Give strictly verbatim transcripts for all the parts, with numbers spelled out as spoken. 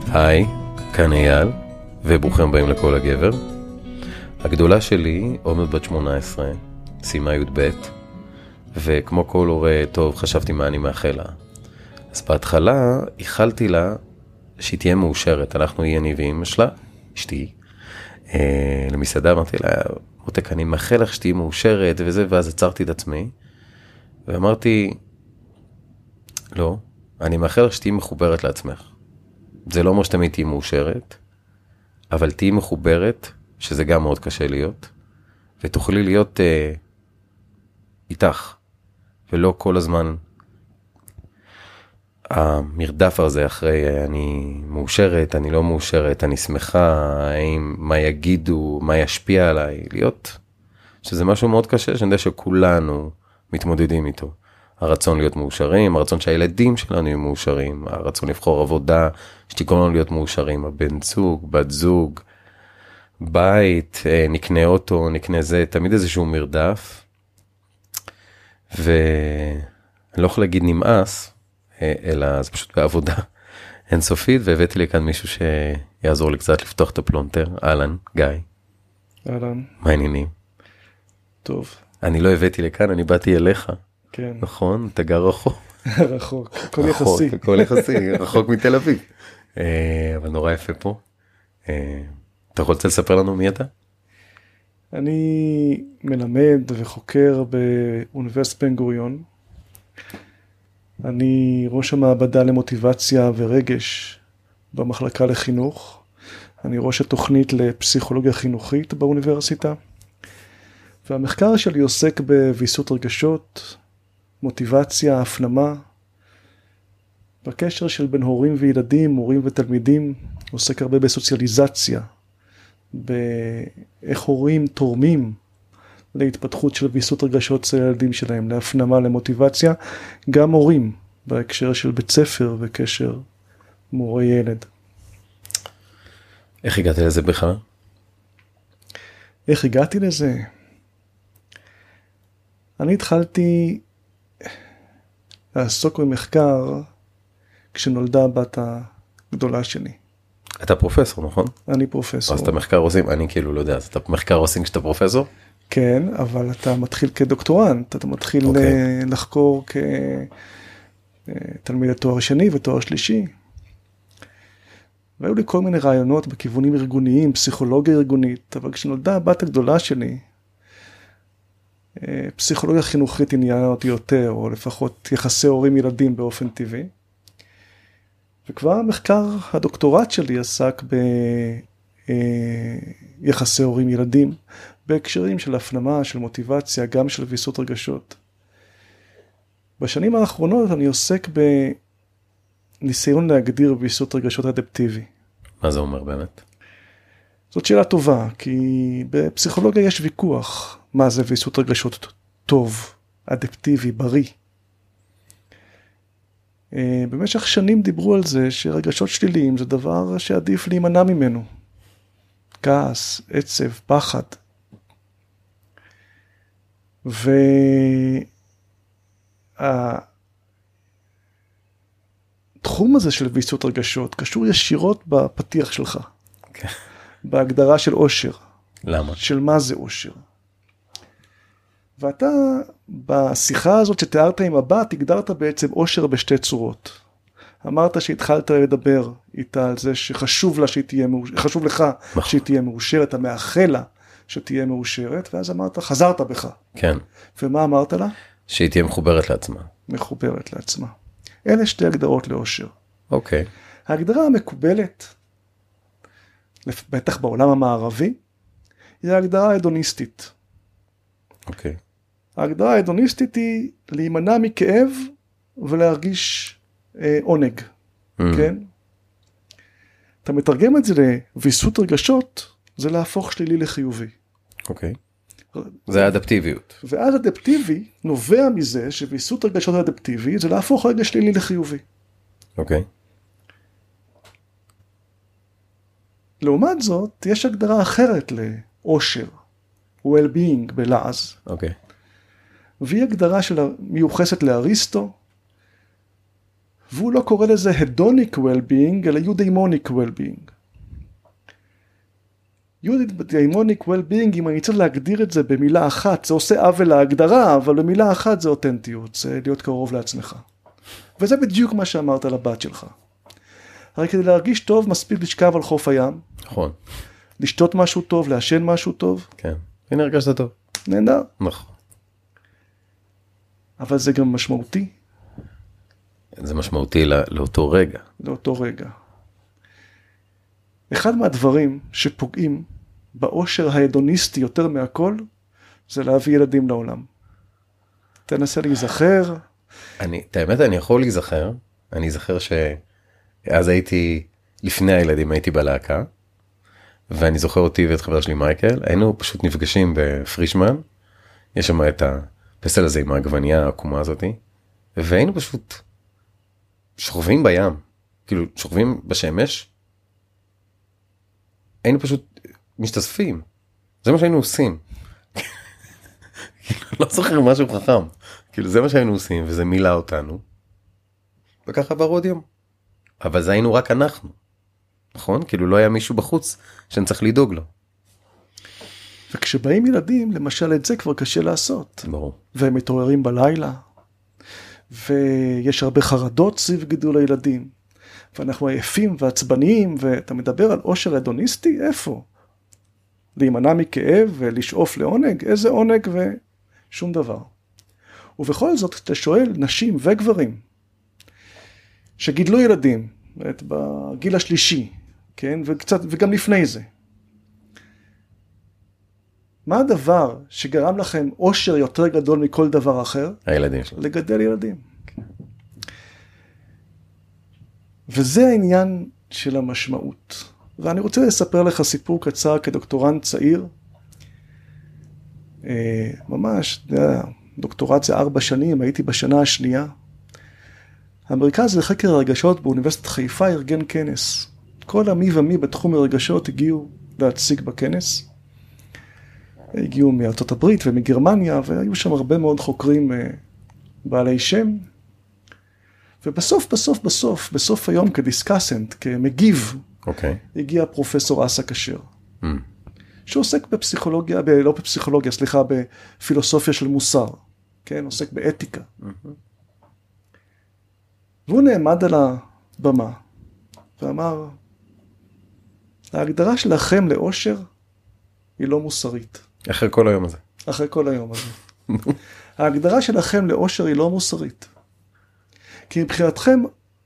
היי, כאן אייל, וברוכים הבאים לכל הגבר. הגדולה שלי, עומר בת שמונה עשרה, סיימה י' ב', וכמו כל הורה טוב חשבתי מה אני מאחל לה. אז בהתחלה איחלתי לה שהיא תהיה מאושרת. אנחנו היא אני ואמא שלה, אשתי. אה, למסעדה אמרתי לה, מותק, אני מאחל לך שתהיה מאושרת וזה, ואז עצרתי את עצמי, ואמרתי, לא, אני מאחל לך שתהיה מחוברת לעצמך. זה לא אומר שתמיד תהיה מאושרת, אבל תהיה מחוברת, שזה גם מאוד קשה להיות, ותוכלי להיות אה, איתך, ולא כל הזמן המרדף הזה אחרי אני מאושרת, אני לא מאושרת, אני שמחה, האם, מה יגידו, מה ישפיע עליי, להיות, שזה משהו מאוד קשה, שאני יודע שכולנו מתמודדים איתו. הרצון להיות מאושרים, הרצון שהילדים שלנו יהיו מאושרים, הרצון לבחור עבודה, שתגרום לנו להיות מאושרים, הבן זוג, בת זוג, בית, נקנה אוטו, נקנה זה, תמיד איזשהו מרדף, ואני לא יכול להגיד נמאס, אלא זה פשוט בעבודה אינסופית, והבאתי לי כאן מישהו שיעזור לי קצת לפתוח את הפלונטר. אהלן, גיא. אהלן. מה העניינים? טוב. אני לא הבאתי לכאן, אני באתי אליך. כן. נכון, אתה גר רחוק. רחוק, הכל יחסי. הכל יחסי, רחוק מתל אביב. אבל נורא יפה פה. אתה יכול לספר לנו מי אתה? אני מלמד וחוקר באוניברסיטת בן גוריון. אני ראש המעבדה למוטיבציה ורגש במחלקה לחינוך. אני ראש התוכנית לפסיכולוגיה חינוכית באוניברסיטה. והמחקר שלי עוסק בוויסות רגשות, מוטיבציה, הפנמה, בקשר של בין הורים וילדים, מורים ותלמידים, עוסק הרבה בסוציאליזציה, באיך הורים תורמים להתפתחות של ויסות רגשות של הילדים שלהם, להפנמה, למוטיבציה, גם הורים בהקשר של בית ספר וקשר מורה ילד. איך הגעת לזה בכלל? איך הגעתי לזה? אני התחלתי לעסוק במחקר כשנולדה הבת הגדולה שלי. אתה פרופסור, נכון? אני פרופסור. אז אתה מחקר עושים, אני כאילו לא יודע, אז אתה מחקר עושים כשאתה פרופסור? כן, אבל אתה מתחיל כדוקטורנט, אתה מתחיל okay. לחקור כתלמיד תואר שני ותואר שלישי. והיו לי כל מיני רעיונות בכיוונים ארגוניים, פסיכולוגיה ארגונית, אבל כשנולדה הבת הגדולה שלי, פסיכולוגיה חינוכית עניינה אותי יותר, או לפחות יחסי הורים ילדים באופן טבעי. וכבר המחקר, הדוקטורט שלי עסק ביחסי הורים ילדים, בהקשרים של הפנמה, של מוטיבציה, גם של ויסות רגשות. בשנים האחרונות אני עוסק בניסיון להגדיר ויסות רגשות אדפטיבי. מה זה אומר באמת? זאת שאלה טובה, כי בפסיכולוגיה יש ויכוח מה זה ויסות רגשות טוב, אדפטיבי, בריא. במשך שנים דיברו על זה שרגשות שליליים זה דבר שעדיף להימנע ממנו. כעס, עצב, פחד. והתחום הזה של ויסות רגשות קשור ישירות בפתיח שלך. כן. בהגדרה של אושר. למה? של מה זה אושר. ואתה בשיחה הזאת שתיארת עם הבת, הגדרת בעצם אושר בשתי צורות. אמרת שהתחלת לדבר איתה על זה שחשוב לה שהיא תהיה מאושרת, חשוב לך שהיא תהיה מאושרת, אתה מאחל לה שתהיה מאושרת, ואז אמרת, חזרת בך. כן. ומה אמרת לה? שהיא תהיה מחוברת לעצמה. מחוברת לעצמה. אלה שתי הגדרות לאושר. אוקיי. ההגדרה המקובלת, בטח בעולם המערבי, היא ההגדרה ההדוניסטית. אוקיי. ההגדרה ההדוניסטית היא להימנע מכאב ולהרגיש אה, עונג. Mm. כן? אתה מתרגם את זה לוויסות רגשות, זה להפוך שלילי לחיובי. אוקיי. זה האדפטיביות. ואז אדפטיבי נובע מזה שוויסות רגשות אדפטיבי זה להפוך רגע שלילי לחיובי. אוקיי. לעומת זאת, יש הגדרה אחרת לאושר, well-being בלעז. אוקיי. והיא הגדרה של מיוחסת לאריסטו, והוא לא קורא לזה hedonic well-being, אלא eudaimonic well-being. eudaimonic well-being, אם אני צריך להגדיר את זה במילה אחת, זה עושה עוול להגדרה, אבל במילה אחת זה אותנטיות, זה להיות קרוב לעצמך. וזה בדיוק מה שאמרת לבת שלך. הרי כדי להרגיש טוב, מספיק לשכב על חוף הים. נכון. לשתות משהו טוב, לעשן משהו טוב. כן. הנה הרגשת טוב. נהדר. נכון. אבל זה גם משמעותי. זה משמעותי לא, לאותו רגע. לאותו רגע. אחד מהדברים שפוגעים באושר ההדוניסטי יותר מהכל, זה להביא ילדים לעולם. תנסה להיזכר. אני, את האמת, אני יכול להיזכר. אני אזכר שאז הייתי, לפני הילדים הייתי בלהקה, ואני זוכר אותי ואת חבר שלי מייקל, היינו פשוט נפגשים בפרישמן, יש שם את הפסל הזה עם העגבניה העקומה הזאת, והיינו פשוט שוכבים בים, כאילו שוכבים בשמש, היינו פשוט משתספים, זה מה שהיינו עושים. לא זוכר משהו חכם, כאילו זה מה שהיינו עושים, וזה מילה אותנו, וככה עבר עוד יום. אבל זה היינו רק אנחנו, נכון? כאילו לא היה מישהו בחוץ שאני צריך לדאוג לו. וכשבאים ילדים, למשל את זה כבר קשה לעשות. ברור. והם מתעוררים בלילה, ויש הרבה חרדות סביב גידול הילדים, ואנחנו עייפים ועצבניים, ואתה מדבר על עושר הדוניסטי? איפה? להימנע מכאב ולשאוף לעונג? איזה עונג ושום דבר. ובכל זאת, אתה שואל נשים וגברים, שגידלו ילדים, בגיל השלישי, כן? וקצת, וגם לפני זה. מה הדבר שגרם לכם עושר יותר גדול מכל דבר אחר? הילדים שלנו. לגדל ילדים. וזה העניין של המשמעות. ואני רוצה לספר לך סיפור קצר כדוקטורנט צעיר. ממש, דוקטורט זה ארבע שנים, הייתי בשנה השנייה. המרכז לחקר הרגשות באוניברסיטת חיפה ארגן כנס. כל המי ומי בתחום הרגשות הגיעו להציג בכנס. הגיעו מארצות הברית ומגרמניה, והיו שם הרבה מאוד חוקרים בעלי שם. ובסוף, בסוף, בסוף, בסוף היום כדיסקסנט, כמגיב, okay. הגיע פרופסור אסא כשר. Mm. שעוסק בפסיכולוגיה, ב, לא בפסיכולוגיה, סליחה, בפילוסופיה של מוסר. כן, עוסק באתיקה. Mm-hmm. והוא נעמד על הבמה, ואמר, ההגדרה שלכם לאושר היא לא מוסרית. אחרי כל היום הזה. אחרי כל היום הזה. ההגדרה שלכם לאושר היא לא מוסרית. כי מבחינתכם,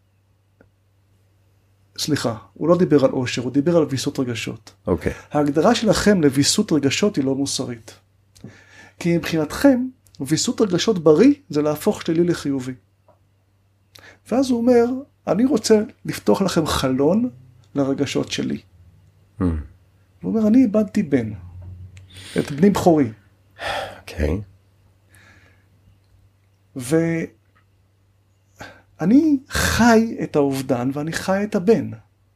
סליחה, הוא לא דיבר על אושר, הוא דיבר על ויסות רגשות. אוקיי. Okay. ההגדרה שלכם לוויסות רגשות היא לא מוסרית. כי מבחינתכם, ויסות רגשות בריא זה להפוך שלילי לחיובי. ואז הוא אומר, אני רוצה לפתוח לכם חלון לרגשות שלי. Hmm. הוא אומר, אני איבדתי בן, את בני בכורי. אוקיי. Okay. ואני חי את האובדן ואני חי את הבן.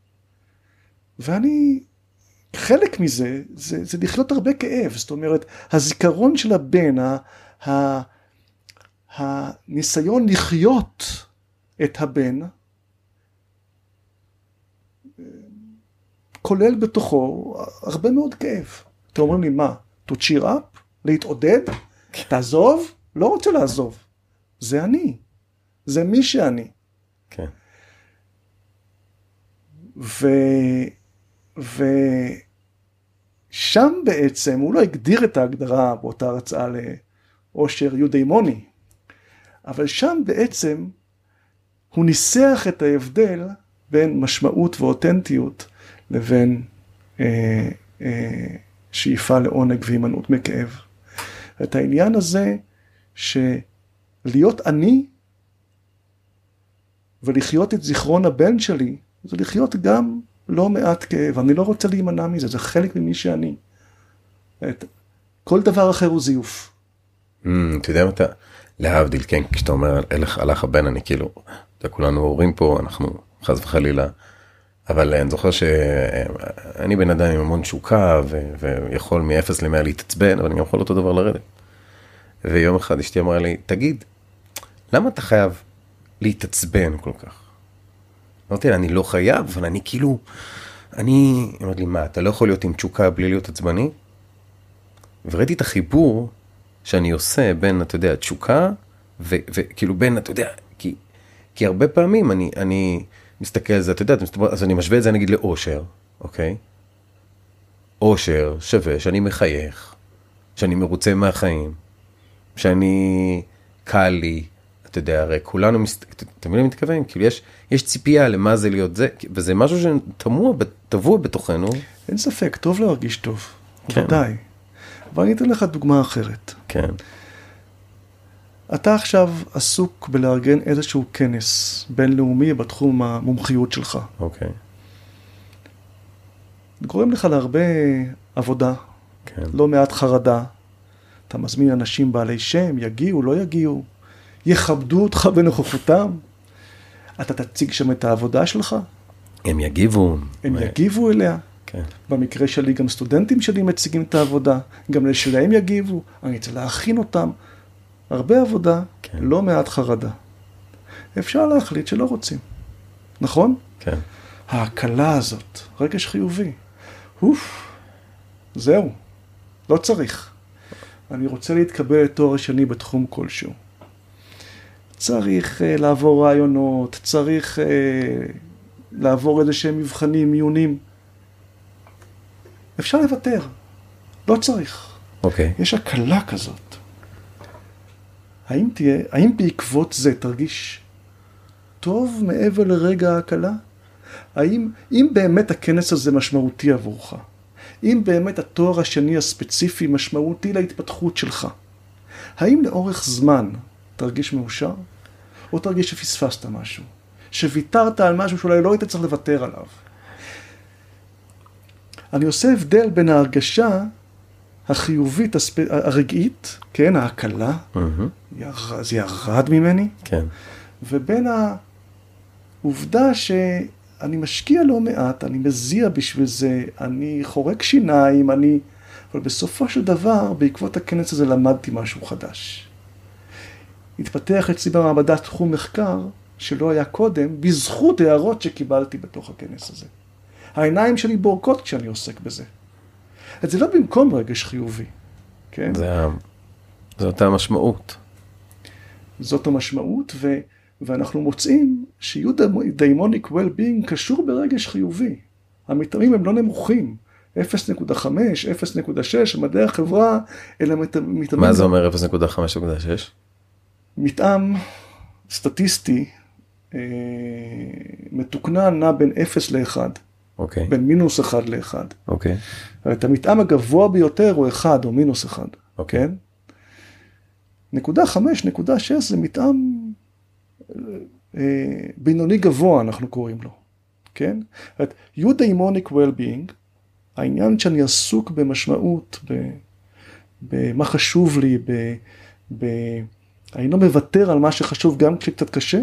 ואני, חלק מזה, זה, זה לחיות הרבה כאב. זאת אומרת, הזיכרון של הבן, ה, ה, הניסיון לחיות את הבן, כולל בתוכו הרבה מאוד כאב. אתם אומרים לי, מה? To cheer up? להתעודד? תעזוב? לא רוצה לעזוב. זה אני. זה מי שאני. כן. ו... ושם בעצם, הוא לא הגדיר את ההגדרה באותה הרצאה לאושר יודיימוני, אבל שם בעצם הוא ניסח את ההבדל בין משמעות ואותנטיות לבין אה, אה, שאיפה לעונג והימנעות מכאב. את העניין הזה שלהיות אני ולחיות את זיכרון הבן שלי, זה לחיות גם לא מעט כאב. אני לא רוצה להימנע מזה, זה חלק ממי שאני. את, כל דבר אחר הוא זיוף. Mm, אתה יודע מה אתה, להבדיל, כן, כשאתה אומר, הלך, הלך הבן, אני כאילו, אתה כולנו הורים פה, אנחנו חס וחלילה, אבל אני זוכר שאני בן אדם עם המון שוקה, ו- ויכול מ-אפס ל-מאה להתעצבן, אבל אני יכול אותו דבר לרדת. ויום אחד אשתי אמרה לי, תגיד, למה אתה חייב להתעצבן כל כך. אמרתי לה, אני לא חייב, אבל אני כאילו, אני, אמרתי לי, מה, אתה לא יכול להיות עם תשוקה בלי להיות עצבני? וראיתי את החיבור שאני עושה בין, אתה יודע, תשוקה, ו- וכאילו בין, אתה יודע, כי, כי הרבה פעמים אני, אני מסתכל על זה, אתה יודע, אז אני משווה את זה נגיד לאושר, אוקיי? אושר שווה שאני מחייך, שאני מרוצה מהחיים, שאני קל לי, אתה יודע, הרי כולנו, אתה מבין מתכוון? כאילו יש, יש ציפייה למה זה להיות זה, וזה משהו שתמוע, טבוע בתוכנו. אין ספק, טוב להרגיש טוב, כן. ודאי. אבל אני אתן לך דוגמה אחרת. כן. אתה עכשיו עסוק בלארגן איזשהו כנס בינלאומי בתחום המומחיות שלך. אוקיי. זה גורם לך להרבה עבודה, כן. לא מעט חרדה. אתה מזמין אנשים בעלי שם, יגיעו, לא יגיעו, יכבדו אותך בנוכחותם. אתה תציג שם את העבודה שלך. הם יגיבו. הם ו... יגיבו אליה. כן. במקרה שלי גם סטודנטים שלי מציגים את העבודה, גם לשלהם יגיבו, אני צריך להכין אותם. הרבה עבודה, כן. לא מעט חרדה. אפשר להחליט שלא רוצים. נכון? כן. ההקלה הזאת, רגש חיובי. אוף, זהו, לא צריך. אני רוצה להתקבל לתואר שני בתחום כלשהו. צריך uh, לעבור רעיונות, צריך uh, לעבור איזה שהם מבחנים, מיונים. אפשר לוותר, לא צריך. אוקיי. יש הקלה כזאת. האם תהיה, האם בעקבות זה תרגיש טוב מעבר לרגע ההקלה? האם, אם באמת הכנס הזה משמעותי עבורך, אם באמת התואר השני הספציפי משמעותי להתפתחות שלך, האם לאורך זמן תרגיש מאושר? או תרגיש שפספסת משהו? שוויתרת על משהו שאולי לא היית צריך לוותר עליו? אני עושה הבדל בין ההרגשה החיובית, הספ... הרגעית, כן, ההקלה, mm-hmm. יר... זה ירד ממני, כן. ובין העובדה שאני משקיע לא מעט, אני מזיע בשביל זה, אני חורק שיניים, אני... אבל בסופו של דבר, בעקבות הכנס הזה למדתי משהו חדש. התפתח אצלי במעבדה תחום מחקר שלא היה קודם, בזכות הערות שקיבלתי בתוך הכנס הזה. העיניים שלי בורקות כשאני עוסק בזה. אז זה לא במקום רגש חיובי, כן? זה, זאת המשמעות. זאת המשמעות, ו, ואנחנו מוצאים ש-eudaimonic well-being קשור ברגש חיובי. המתאמים הם לא נמוכים, אפס נקודה חמש, אפס נקודה שש, מדעי החברה, אלא מתאמים... מה זה אומר אפס נקודה חמש נקודה שש? מתאם סטטיסטי אה, מתוקנן נע בין אפס לאחד. אוקיי. בין מינוס אחד לאחד. אוקיי. את המתאם הגבוה ביותר הוא אחד או מינוס אחד. אוקיי. כן? נקודה חמש, נקודה שש זה מתאם אה, בינוני גבוה אנחנו קוראים לו. כן? את eudaimonic well-being, העניין שאני עסוק במשמעות, ב, במה חשוב לי, ב, ב, אני לא מוותר על מה שחשוב גם כשקצת קשה,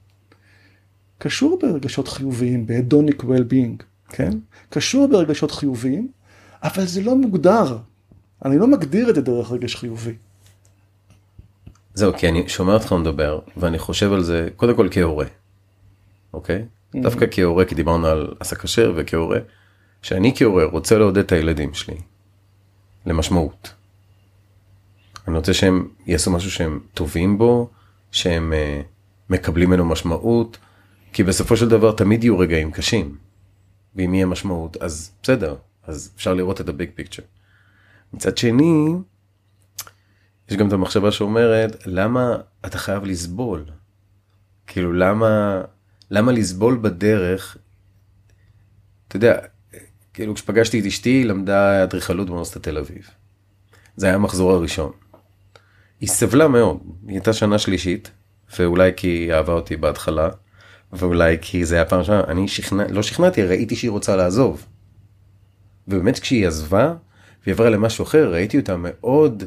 קשור ברגשות חיוביים, ב-hedonic well-being, כן? קשור ברגשות חיוביים, אבל זה לא מוגדר. אני לא מגדיר את זה דרך רגש חיובי. זהו, כי אני שומע אותך מדבר, ואני חושב על זה, קודם כל כהורה, אוקיי? Mm-hmm. דווקא כהורה, כי דיברנו על עשה כשר וכהורה, שאני כהורה רוצה לעודד את הילדים שלי, למשמעות. אני רוצה שהם יעשו משהו שהם טובים בו, שהם uh, מקבלים ממנו משמעות, כי בסופו של דבר תמיד יהיו רגעים קשים, ואם יהיה משמעות, אז בסדר, אז אפשר לראות את הביג פיקצ'ר. מצד שני, יש גם את המחשבה שאומרת, למה אתה חייב לסבול? כאילו, למה, למה לסבול בדרך? אתה יודע, כאילו, כשפגשתי את אשתי, היא למדה אדריכלות באוניברסיטת תל אביב. זה היה המחזור הראשון. היא סבלה מאוד, היא הייתה שנה שלישית, ואולי כי היא אהבה אותי בהתחלה, ואולי כי זה היה פעם שנה, אני שכנע, לא שכנעתי, ראיתי שהיא רוצה לעזוב. ובאמת כשהיא עזבה, והיא עברה למשהו אחר, ראיתי אותה מאוד,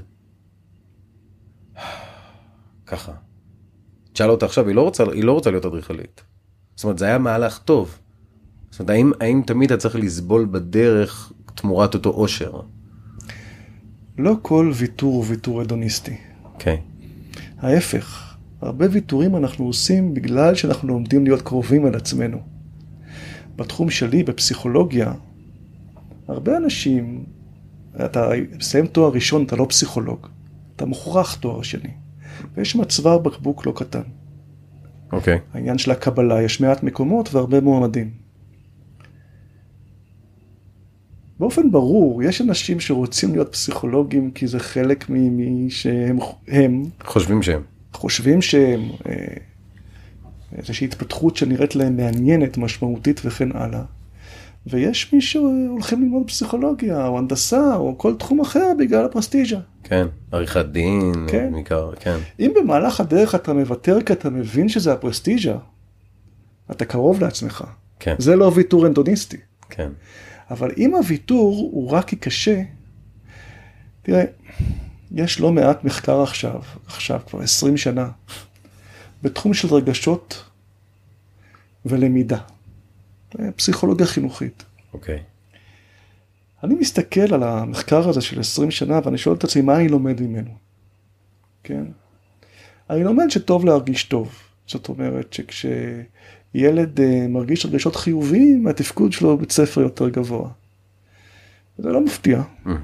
ככה. תשאל אותה עכשיו, היא לא רוצה, היא לא רוצה להיות אדריכלית. זאת אומרת, זה היה מהלך טוב. זאת אומרת, האם, האם תמיד אתה צריך לסבול בדרך תמורת אותו אושר? לא כל ויתור הוא ויתור הדוניסטי. אוקיי. ההפך, הרבה ויתורים אנחנו עושים בגלל שאנחנו לומדים להיות קרובים על עצמנו. בתחום שלי, בפסיכולוגיה, הרבה אנשים, אתה מסיים תואר ראשון, אתה לא פסיכולוג, אתה מוכרח תואר שני. ויש מצוואר בקבוק לא קטן. אוקיי. Okay. העניין של הקבלה, יש מעט מקומות והרבה מועמדים. באופן ברור, יש אנשים שרוצים להיות פסיכולוגים כי זה חלק ממי שהם הם, חושבים שהם. חושבים שהם, איזושהי התפתחות שנראית להם מעניינת, משמעותית וכן הלאה. ויש מי שהולכים ללמוד פסיכולוגיה, או הנדסה, או כל תחום אחר בגלל הפרסטיג'ה. כן, עריכת דין, כן. מקר, כן. אם במהלך הדרך אתה מוותר כי אתה מבין שזה הפרסטיג'ה, אתה קרוב לעצמך. כן. זה לא ויתור אנדוניסטי. כן. אבל אם הוויתור הוא רק כי קשה, תראה, יש לא מעט מחקר עכשיו, עכשיו כבר עשרים שנה, בתחום של רגשות ולמידה. פסיכולוגיה חינוכית. אוקיי. אני מסתכל על המחקר הזה של עשרים שנה, ואני שואל את עצמי, מה אני לומד ממנו? כן? אני לומד שטוב להרגיש טוב. זאת אומרת שכשילד מרגיש רגשות חיוביים, התפקוד שלו בבית ספר יותר גבוה. זה לא מפתיע. Mm-hmm.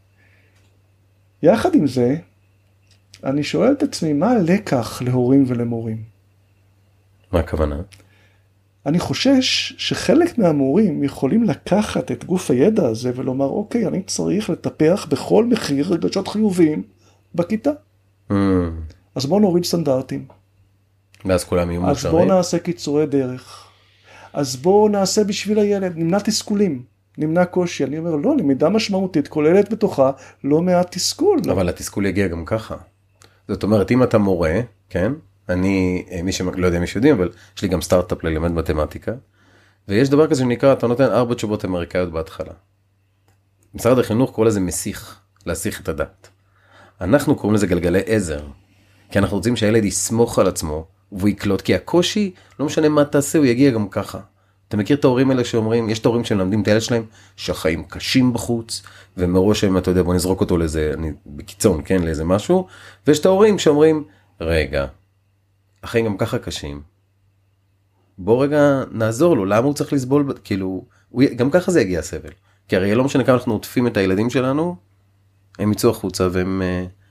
יחד עם זה, אני שואל את עצמי, מה הלקח להורים ולמורים? מה הכוונה? אני חושש שחלק מהמורים יכולים לקחת את גוף הידע הזה ולומר, אוקיי, אני צריך לטפח בכל מחיר רגשות חיוביים בכיתה. Mm. אז בואו נוריד סטנדרטים. ואז כולם יהיו מאושרים. אז בואו נעשה קיצורי דרך. אז בואו נעשה בשביל הילד, נמנע תסכולים, נמנע קושי. אני אומר, לא, למידה משמעותית כוללת בתוכה לא מעט תסכול. אבל התסכול יגיע גם ככה. זאת אומרת, אם אתה מורה, כן? אני, מי שלא יודע מי שיודעים, אבל יש לי גם סטארט-אפ ללמד מתמטיקה, ויש דבר כזה שנקרא, אתה נותן ארבע תשובות אמריקאיות בהתחלה. משרד החינוך קורא לזה מסיך, להסיך את הדעת. אנחנו קוראים לזה גלגלי עזר, כי אנחנו רוצים שהילד יסמוך על עצמו, והוא יקלוט, כי הקושי, לא משנה מה תעשה, הוא יגיע גם ככה. אתה מכיר את ההורים האלה שאומרים, יש את ההורים שמלמדים את הילד שלהם, שהחיים קשים בחוץ, ומראש הם, אתה יודע, בוא נזרוק אותו לאיזה, אני, בקיצון, כן, לאיזה משהו, ויש את ההורים שאומרים, רגע, החיים גם ככה קשים. בוא רגע נעזור לו, למה הוא צריך לסבול, כאילו, הוא, גם ככה זה יגיע סבל. כי הרי לא משנה כמה אנחנו עוטפים את הילדים שלנו, הם יצאו החוצה והם...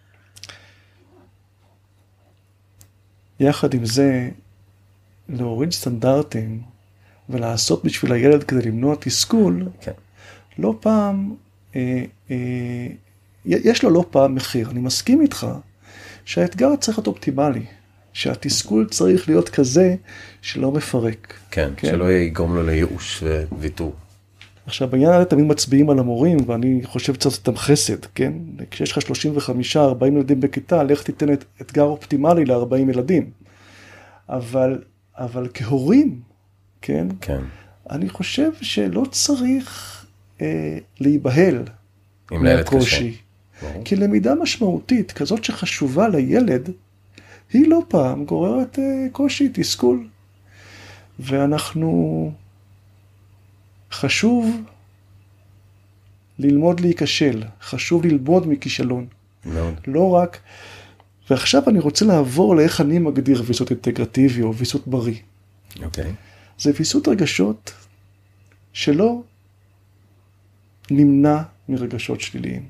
יחד עם זה, להוריד סטנדרטים ולעשות בשביל הילד כדי למנוע תסכול, כן. לא פעם, אה, אה, יש לו לא פעם מחיר. אני מסכים איתך שהאתגר צריך להיות אופטימלי. שהתסכול צריך להיות כזה שלא מפרק. כן, כן. שלא יגרום לו לייאוש וויתור. עכשיו, בעניין הזה תמיד מצביעים על המורים, ואני חושב שצריך לתת חסד, כן? כשיש לך שלושים וחמישה ארבעים ילדים בכיתה, לך תיתן את אתגר אופטימלי ל-ארבעים ילדים. אבל, אבל כהורים, כן? כן. אני חושב שלא צריך אה, להיבהל מהקושי. כי למידה משמעותית, כזאת שחשובה לילד, היא לא פעם גוררת קושי, תסכול. ואנחנו חשוב ללמוד להיכשל, חשוב ללמוד מכישלון. מאוד. לא רק, ועכשיו אני רוצה לעבור לאיך אני מגדיר ויסות אינטגרטיבי או ויסות בריא. אוקיי. זה ויסות רגשות שלא נמנע מרגשות שליליים.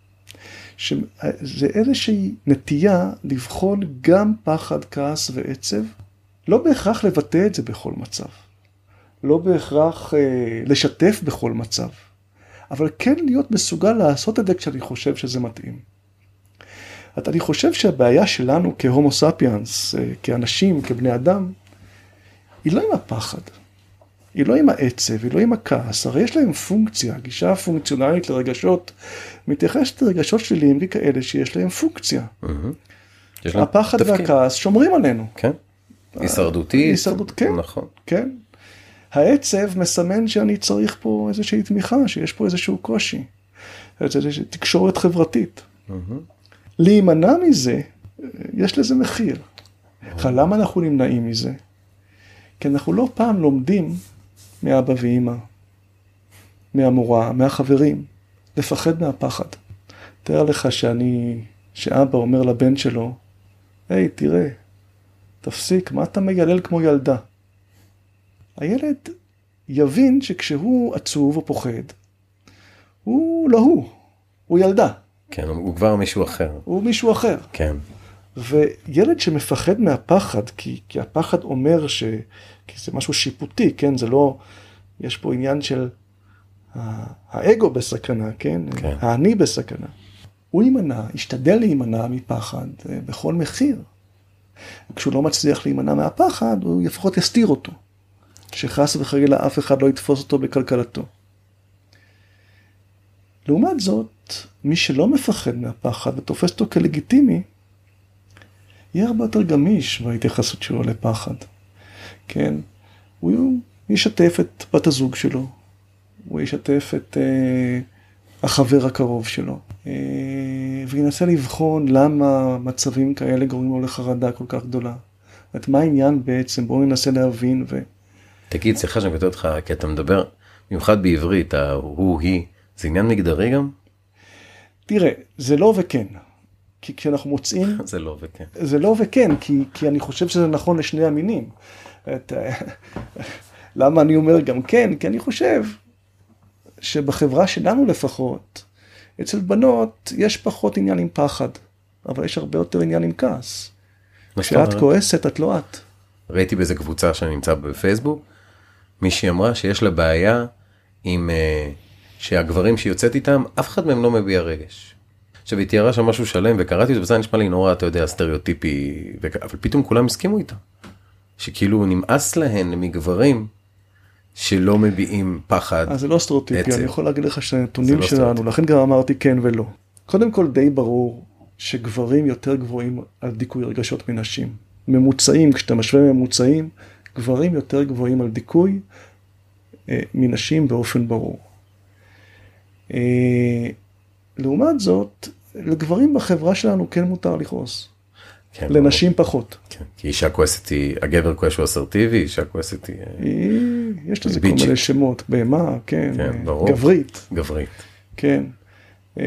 שזה איזושהי נטייה לבחון גם פחד, כעס ועצב, לא בהכרח לבטא את זה בכל מצב, לא בהכרח אה, לשתף בכל מצב, אבל כן להיות מסוגל לעשות את זה כשאני חושב שזה מתאים. אני חושב שהבעיה שלנו כהומו ספיאנס, אה, כאנשים, כבני אדם, היא לא עם הפחד, היא לא עם העצב, היא לא עם הכעס, הרי יש להם פונקציה, הגישה הפונקציונלית לרגשות, מתייחסת לרגשות שליליים כאלה שיש להם פונקציה. הפחד והכעס שומרים עלינו. כן, הישרדותי. הישרדות, כן. נכון. כן. העצב מסמן שאני צריך פה איזושהי תמיכה, שיש פה איזשהו קושי, איזושהי תקשורת חברתית. להימנע מזה, יש לזה מחיר. למה אנחנו נמנעים מזה? כי אנחנו לא פעם לומדים מאבא ואמא, מהמורה, מהחברים, לפחד מהפחד. תאר לך שאני, שאבא אומר לבן שלו, היי, תראה, תפסיק, מה אתה מיילל כמו ילדה? הילד יבין שכשהוא עצוב או פוחד, הוא לא הוא, הוא ילדה. כן, הוא כבר מישהו אחר. הוא מישהו אחר. כן. וילד שמפחד מהפחד, כי, כי הפחד אומר ש... כי זה משהו שיפוטי, כן? זה לא... יש פה עניין של האגו בסכנה, כן? כן. האני בסכנה. הוא יימנע, ישתדל להימנע מפחד בכל מחיר. כשהוא לא מצליח להימנע מהפחד, הוא לפחות יסתיר אותו. שחס וחלילה אף אחד לא יתפוס אותו בכלכלתו. לעומת זאת, מי שלא מפחד מהפחד ותופס אותו כלגיטימי, יהיה הרבה יותר גמיש בהתייחסות שלו לפחד. כן? הוא ישתף את בת הזוג שלו, הוא ישתף את אה, החבר הקרוב שלו, אה, וינסה לבחון למה מצבים כאלה גורמים לו לחרדה כל כך גדולה. את מה העניין בעצם? בואו ננסה להבין ו... תגיד, סליחה שאני כותב אותך, כי אתה מדבר במיוחד בעברית, הוא, היא, זה עניין מגדרי גם? תראה, זה לא וכן. כי כשאנחנו מוצאים... זה לא וכן. זה לא וכן, כי, כי אני חושב שזה נכון לשני המינים. את, למה אני אומר גם כן? כי אני חושב שבחברה שלנו לפחות, אצל בנות יש פחות עניין עם פחד, אבל יש הרבה יותר עניין עם כעס. כשאת כועסת, את לא את. ראיתי באיזה קבוצה שאני נמצא בפייסבוק, מישהי אמרה שיש לה בעיה עם שהגברים שיוצאת איתם, אף אחד מהם לא מביע רגש. עכשיו, היא תיארה שם משהו שלם, וקראתי את זה, וזה נשמע לי נורא, אתה יודע, סטריאוטיפי, אבל פתאום כולם הסכימו איתה. שכאילו נמאס להן מגברים שלא מביעים פחד. אז זה לא סטריאוטיפי, אני יכול להגיד לך שהנתונים שלנו, לכן גם אמרתי כן ולא. קודם כל די ברור שגברים יותר גבוהים על דיכוי רגשות מנשים. ממוצעים, כשאתה משווה ממוצעים, גברים יותר גבוהים על דיכוי אה, מנשים באופן ברור. אה, לעומת זאת, לגברים בחברה שלנו כן מותר לכעוס. כן, לנשים ברור. פחות. כן, כי אישה כועסת היא, הגבר כועס הוא אסרטיבי, אישה כועסת היא... היא יש לזה כל מיני שמות, בהמה, כן, כן ברור. גברית. גברית. כן. אה,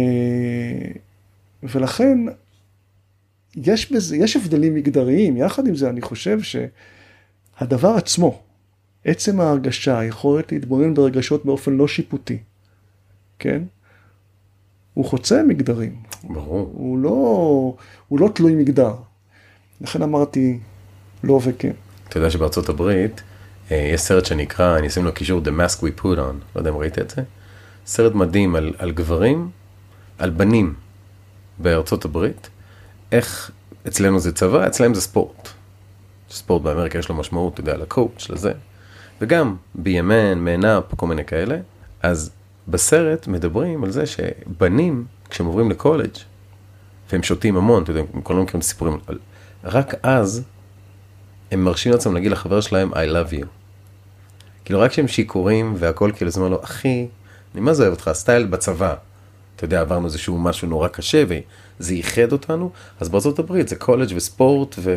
ולכן, יש בזה, יש הבדלים מגדריים, יחד עם זה אני חושב שהדבר עצמו, עצם ההרגשה, יכולת להתבונן ברגשות באופן לא שיפוטי, כן? הוא חוצה מגדרים. ברור. הוא לא, הוא לא תלוי מגדר. לכן אמרתי לא וכן. אתה יודע שבארצות הברית, יש סרט שנקרא, אני אשים לו קישור, The Mask We Put On, לא יודע אם ראית את זה? סרט מדהים על, על גברים, על בנים בארצות הברית, איך אצלנו זה צבא, אצלם זה ספורט. ספורט באמריקה יש לו משמעות, אתה יודע, לקואוץ', לזה. וגם בי אם אן, מנאפ, כל מיני כאלה. אז בסרט מדברים על זה שבנים, כשהם עוברים לקולג' והם שותים המון, אתה יודע, הם כולם מכירים את הסיפורים, רק אז הם מרשים לעצמם להגיד לחבר שלהם, I love you. כאילו רק שהם שיקורים והכל כאילו זה אומר לו, אחי, אני מה זה אוהב אותך, סטייל בצבא. אתה יודע, עברנו איזשהו משהו נורא קשה, וזה ייחד אותנו. אז בארצות הברית זה קולג' וספורט, ו...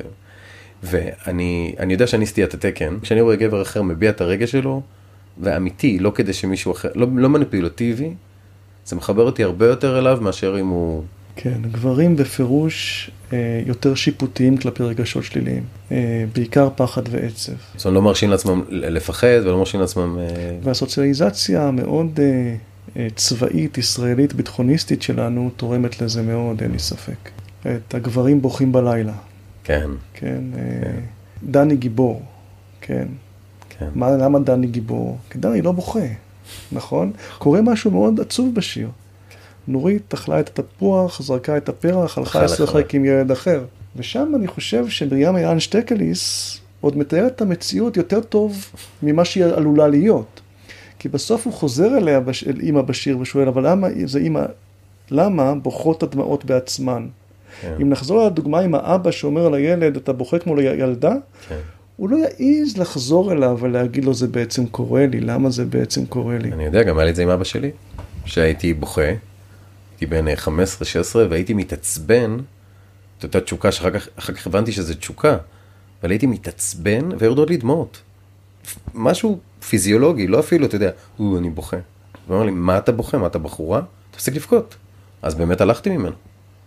ואני אני יודע שאני סטיית התקן. כשאני רואה גבר אחר מביע את הרגש שלו, ואמיתי, לא כדי שמישהו אחר, לא, לא מניפולטיבי, זה מחבר אותי הרבה יותר אליו, מאשר אם הוא... כן, גברים בפירוש אה, יותר שיפוטיים כלפי רגשות שליליים, אה, בעיקר פחד ועצב. זאת אומרת, לא מרשים לעצמם לפחד, ולא מרשים לעצמם... אה... והסוציאליזציה המאוד אה, אה, צבאית, ישראלית, ביטחוניסטית שלנו, תורמת לזה מאוד, אין לי ספק. את הגברים בוכים בלילה. כן. כן, אה, כן. דני גיבור, כן. כן. מה, למה דני גיבור? כי דני לא בוכה, נכון? קורה משהו מאוד עצוב בשיר. נורית אכלה את התפוח, זרקה את הפרח, הלכה לשחק עם ילד אחר. ושם אני חושב שמרים יען שטקליס עוד מתארת את המציאות יותר טוב ממה שהיא עלולה להיות. כי בסוף הוא חוזר אליה, אל אמא בשיר ושואל, אבל למה זה אמא, למה בוכות הדמעות בעצמן? כן. אם נחזור לדוגמה עם האבא שאומר לילד, אתה בוכה כמו לילדה, כן. הוא לא יעיז לחזור אליו ולהגיד לו, זה בעצם קורה לי, למה זה בעצם קורה לי? אני יודע, גם היה לי את זה עם אבא שלי, שהייתי בוכה, הייתי בין חמש עשרה שש עשרה, והייתי מתעצבן, את אותה תשוקה שאחר כך, אחר כך הבנתי שזה תשוקה, אבל הייתי מתעצבן ויורדות לי דמעות. משהו פיזיולוגי, לא אפילו, אתה יודע, הוא, אני בוכה. הוא אומר לי, מה אתה בוכה? מה אתה בחורה? תפסיק לבכות. אז באמת הלכתי ממנו.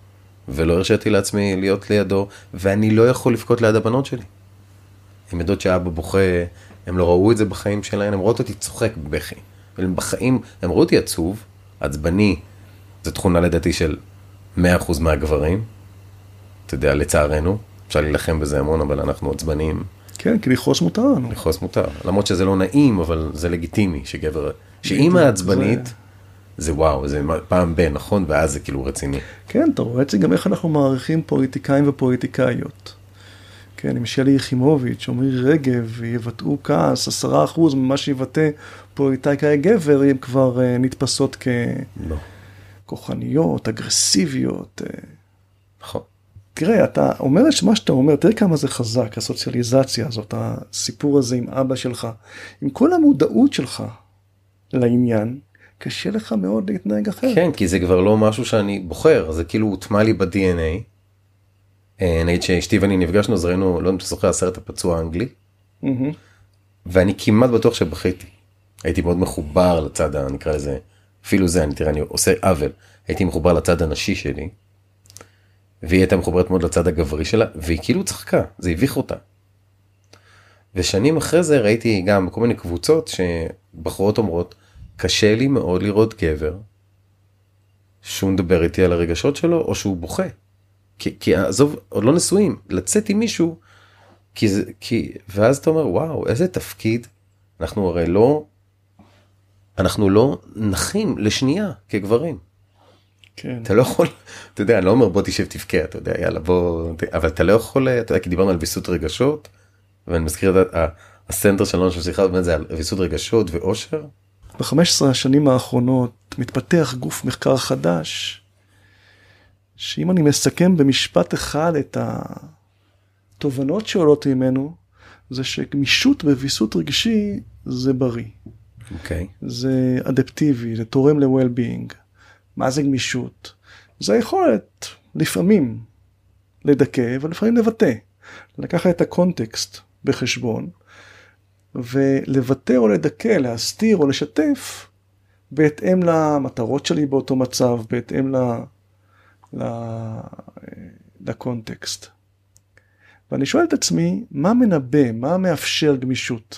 ולא הרשיתי לעצמי להיות לידו, ואני לא יכול לבכות ליד הבנות שלי. הן יודעות שאבא בוכה, הם לא ראו את זה בחיים שלהם, הם רואות אותי צוחק בבכי. הם בחיים, הם ראו אותי עצוב, עצבני, זו תכונה לדעתי של מאה אחוז מהגברים, אתה יודע, לצערנו, אפשר להילחם בזה המון, אבל אנחנו עצבנים. כן, כי לכעוס מותר לנו. לכעוס מותר, למרות שזה לא נעים, אבל זה לגיטימי, שגבר, שאמא עצבנית, זה... זה וואו, זה פעם בין, נכון? ואז זה כאילו רציני. כן, אתה רואה את זה גם איך אנחנו מעריכים פוליטיקאים ופוליטיקאיות. כן, עם שלי יחימוביץ', עמרי רגב, יבטאו כעס, עשרה אחוז ממה שיבטא פוליטיקאי גבר, הם כבר uh, נתפסות ככוחניות, אגרסיביות. נכון. תראה, אתה אומר את מה שאתה אומר, תראה כמה זה חזק, הסוציאליזציה הזאת, הסיפור הזה עם אבא שלך, עם כל המודעות שלך לעניין, קשה לך מאוד להתנהג אחרת. כן, כי זה כבר לא משהו שאני בוחר, זה כאילו הוטמע לי ב-די אן איי. נגיד שאשתי ואני נפגשנו, אז ראינו, לא זוכר, הסרט הפצוע האנגלי, ואני כמעט בטוח שבכיתי. הייתי מאוד מחובר לצד, נקרא לזה, אפילו זה, אני תראה, אני עושה עוול, הייתי מחובר לצד הנשי שלי, והיא הייתה מחוברת מאוד לצד הגברי שלה, והיא כאילו צחקה, זה הביך אותה. ושנים אחרי זה ראיתי גם כל מיני קבוצות שבחורות אומרות, קשה לי מאוד לראות גבר, שהוא מדבר איתי על הרגשות שלו, או שהוא בוכה. כי, כי עזוב, עוד לא נשואים, לצאת עם מישהו, כי זה, כי, ואז אתה אומר, וואו, איזה תפקיד, אנחנו הרי לא, אנחנו לא נחים לשנייה כגברים. כן. אתה לא יכול, אתה יודע, אני לא אומר בוא תשב תבכה, אתה יודע, יאללה בוא, אבל אתה לא יכול, אתה יודע, כי דיברנו על ויסות רגשות, ואני מזכיר את הסנטר שלנו של שיחה, באמת זה על ויסות רגשות ואושר. ב-חמש עשרה השנים האחרונות מתפתח גוף מחקר חדש, שאם אני מסכם במשפט אחד את התובנות שעולות ממנו, זה שגמישות בוויסות רגשי זה בריא. אוקיי. Okay. זה אדפטיבי, זה תורם ל-well-being. מה זה גמישות? זה היכולת לפעמים לדכא ולפעמים לבטא. לקחת את הקונטקסט בחשבון, ולבטא או לדכא, להסתיר או לשתף, בהתאם למטרות שלי באותו מצב, בהתאם ל... לקונטקסט. ואני שואל את עצמי, מה מנבא, מה מאפשר גמישות?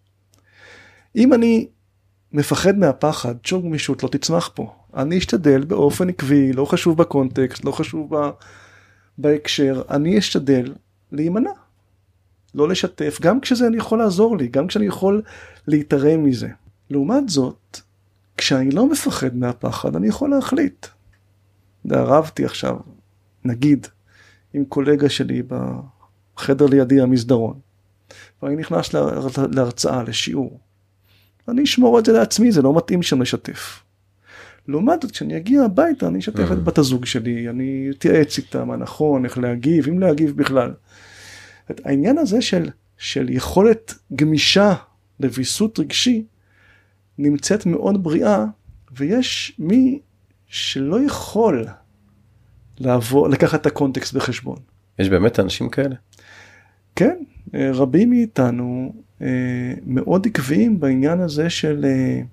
אם אני מפחד מהפחד, שום גמישות לא תצמח פה. אני אשתדל באופן עקבי, לא חשוב בקונטקסט, לא חשוב ב... בהקשר, אני אשתדל להימנע. לא לשתף, גם כשזה אני יכול לעזור לי, גם כשאני יכול להתערם מזה. לעומת זאת, כשאני לא מפחד מהפחד, אני יכול להחליט. דערבתי עכשיו, נגיד, עם קולגה שלי בחדר לידי המסדרון, ואני נכנס להרצאה, לשיעור. אני אשמור את זה לעצמי, זה לא מתאים שם לשתף. לעומת זאת, כשאני אגיע הביתה, אני אשתף את בת הזוג שלי, אני אתייעץ איתה מה נכון, איך להגיב, אם להגיב בכלל. העניין הזה של, של יכולת גמישה לוויסות רגשי, נמצאת מאוד בריאה, ויש מי שלא יכול לעבור, לקחת את הקונטקסט בחשבון. יש באמת אנשים כאלה? כן, רבים מאיתנו מאוד עקביים בעניין הזה של,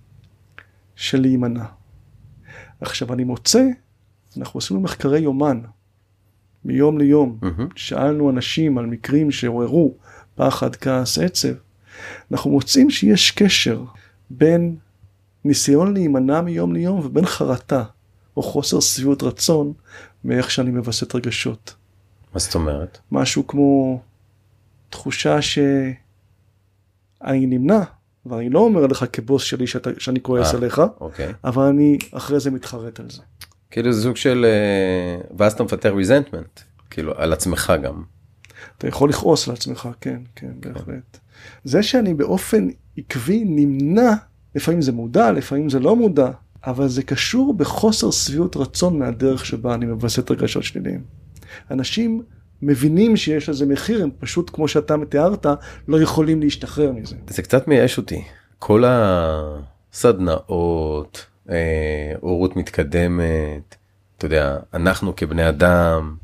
של להימנע. עכשיו אני מוצא, אנחנו עשינו מחקרי יומן, מיום ליום, mm-hmm. שאלנו אנשים על מקרים שעוררו פחד, כעס, עצב, אנחנו מוצאים שיש קשר בין ניסיון להימנע מיום ליום ובין חרטה או חוסר שביעות רצון מאיך שאני מבסט רגשות. מה זאת אומרת? משהו כמו תחושה שאני נמנע, ואני לא אומר לך כבוס שלי שאתה, שאני כועס עליך, אוקיי. אבל אני אחרי זה מתחרט על זה. כאילו זה סוג של, ואז אתה מפתח resentment, כאילו על עצמך גם. אתה יכול לכעוס על עצמך, כן, כן, בהחלט. זה שאני באופן עקבי נמנע, לפעמים זה מודע, לפעמים זה לא מודע, אבל זה קשור בחוסר שביעות רצון מהדרך שבה אני מבסט רגשות שליליים. אנשים מבינים שיש לזה מחיר, הם פשוט, כמו שאתה מתארת, לא יכולים להשתחרר מזה. זה קצת מייאש אותי. כל הסדנאות, הורות מתקדמת, אתה יודע, אנחנו כבני אדם,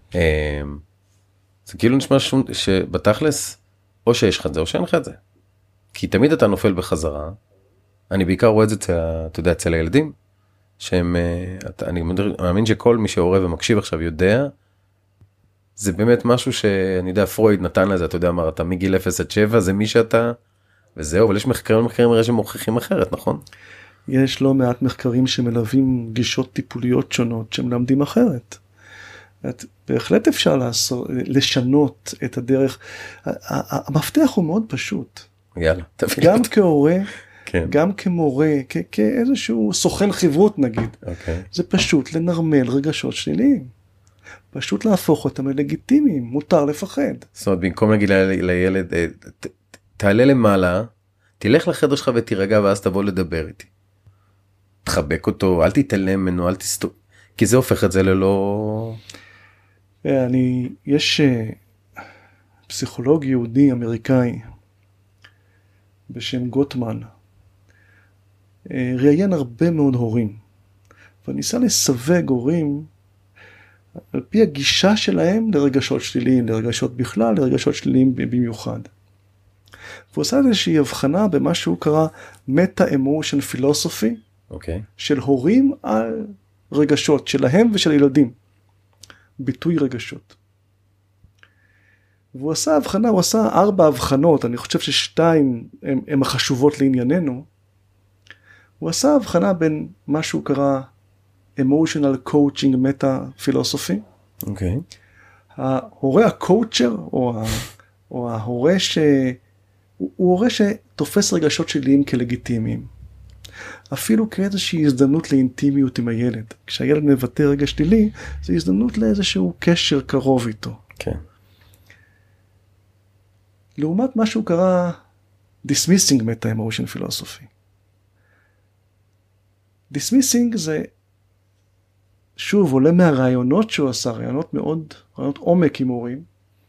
זה כאילו נשמע שבתכלס, או שיש לך את זה, או שאין לך את זה. כי תמיד אתה נופל בחזרה, אני בעיקר רואה את זה, אתה יודע, אצל הילדים, שהם, אני מאמין שכל מי שהורה ומקשיב עכשיו יודע, זה באמת משהו שאני יודע, פרויד נתן לזה, אתה יודע, אמר, אתה מגיל אפס עד שבע, זה מי שאתה, וזהו, אבל יש מחקרים, מחקרים מראה שמוכיחים אחרת, נכון? יש לא מעט מחקרים שמלווים גישות טיפוליות שונות, שמלמדים אחרת. את, בהחלט אפשר לעשות, לשנות את הדרך. המפתח הוא מאוד פשוט. יאללה, תביא גם כהורה, כן. גם כמורה, כ- כאיזשהו סוכן חברות נגיד. אוקיי. זה פשוט לנרמל רגשות שליליים. פשוט להפוך אותם ללגיטימיים, מותר לפחד. זאת אומרת, במקום להגיד לילד, ת, תעלה למעלה, תלך לחדר שלך ותירגע, ואז תבוא לדבר איתי. תחבק אותו, אל תתעלם ממנו, אל תסתום. כי זה הופך את זה ללא... אני, יש פסיכולוג יהודי אמריקאי בשם גוטמן, ראיין הרבה מאוד הורים, וניסה לסווג הורים על פי הגישה שלהם לרגשות שליליים, לרגשות בכלל, לרגשות שליליים במיוחד. והוא עושה איזושהי הבחנה במה שהוא קרא מטה-אמושן פילוסופי, okay. של הורים על רגשות שלהם ושל ילדים. ביטוי רגשות. והוא עשה הבחנה, הוא עשה ארבע הבחנות, אני חושב ששתיים הן החשובות לענייננו. הוא עשה הבחנה בין מה שהוא קרא emotional coaching meta philosophy. אוקיי. Okay. ההורה הקואוצ'ר, או, ה, או ההורה ש... הוא, הוא הורה שתופס רגשות שליליים כלגיטימיים. אפילו כאיזושהי הזדמנות לאינטימיות עם הילד. כשהילד מבטא רגע שלילי, זו הזדמנות לאיזשהו קשר קרוב איתו. כן. לעומת מה שהוא קרא dismissing meta emotion philosophy. dismissing זה, שוב, עולה מהרעיונות שהוא עשה, רעיונות מאוד, רעיונות עומק עם הורים.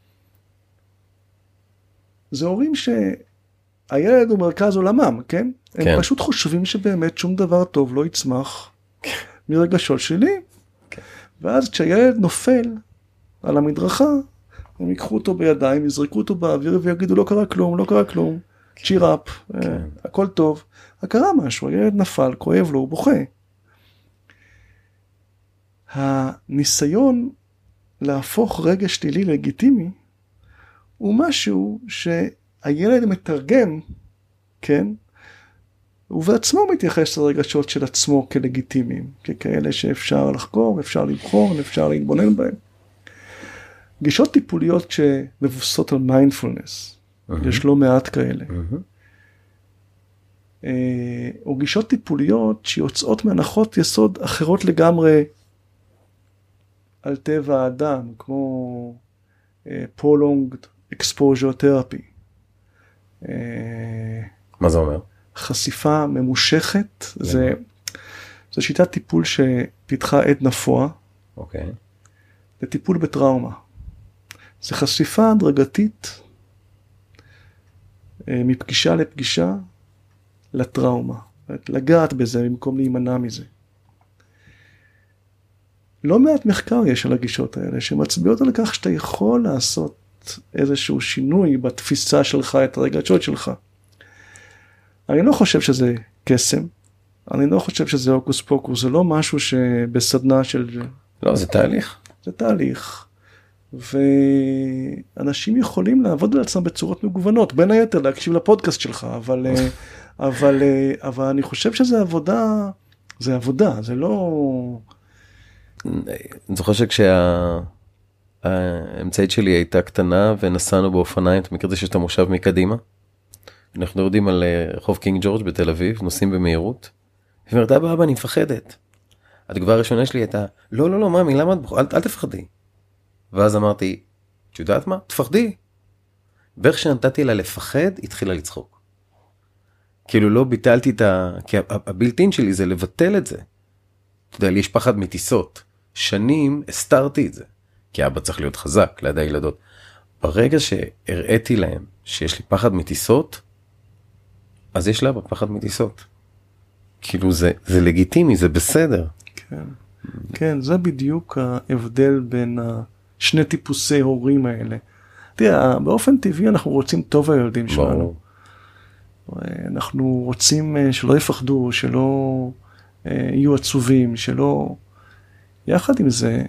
זה הורים שהילד הוא מרכז עולמם, כן? הם כן. פשוט חושבים שבאמת שום דבר טוב לא יצמח מרגשות שלי. כן. ואז כשהילד נופל על המדרכה, הם ייקחו אותו בידיים, יזרקו אותו באוויר ויגידו לא קרה כלום, לא קרה כלום, צ'יר אפ, כן. הכל טוב. קרה משהו, הילד נפל, כואב לו, הוא בוכה. הניסיון להפוך רגש שלילי לגיטימי, הוא משהו שהילד מתרגם, כן? ובעצמו מתייחס לרגשות של עצמו כלגיטימיים, ככאלה שאפשר לחקור, אפשר לבחור, אפשר להתבונן בהם. גישות טיפוליות שמבוססות על מיינדפולנס, uh-huh. יש לא מעט כאלה. Uh-huh. או גישות טיפוליות שיוצאות מהנחות יסוד אחרות לגמרי על טבע האדם, כמו prolonged exposure therapy. מה זה אומר? חשיפה ממושכת, זה, זה שיטת טיפול שפיתחה עדנה פואה, אוקיי. לטיפול בטראומה. זה חשיפה הדרגתית מפגישה לפגישה לטראומה. לגעת בזה במקום להימנע מזה. לא מעט מחקר יש על הגישות האלה, שמצביעות על כך שאתה יכול לעשות איזשהו שינוי בתפיסה שלך, את הרגשות שלך. אני לא חושב שזה קסם, אני לא חושב שזה הוקוס פוקוס, זה לא משהו שבסדנה של... לא, זה תהליך. זה תהליך, ואנשים יכולים לעבוד על עצמם בצורות מגוונות, בין היתר להקשיב לפודקאסט שלך, אבל, אבל, אבל אני חושב שזה עבודה, זה עבודה, זה לא... אני זוכר שכשהאמצעית שלי הייתה קטנה ונסענו באופניים, אתה מכיר את זה שיש את המושב מקדימה? אנחנו יורדים על רחוב קינג ג'ורג' בתל אביב, נוסעים במהירות, והיא אומרת, אבא, אבא, אני מפחדת. התגובה הראשונה שלי הייתה, לא, לא, לא, מאמי, למה את בוחרת? אל, אל תפחדי. ואז אמרתי, את יודעת מה? תפחדי. ואיך שנתתי לה לפחד, התחילה לצחוק. כאילו לא ביטלתי את ה... כי הבלטין שלי זה לבטל את זה. אתה יודע, לי יש פחד מטיסות. שנים הסתרתי את זה. כי אבא צריך להיות חזק ליד הילדות. ברגע שהראיתי להם שיש לי פחד מטיסות, אז יש לאבא פחד מטיסות. כאילו זה, זה לגיטימי, זה בסדר. כן, כן, זה בדיוק ההבדל בין שני טיפוסי הורים האלה. תראה, באופן טבעי אנחנו רוצים טוב הילדים שלנו. אנחנו רוצים שלא יפחדו, שלא יהיו עצובים, שלא, יחד עם זה,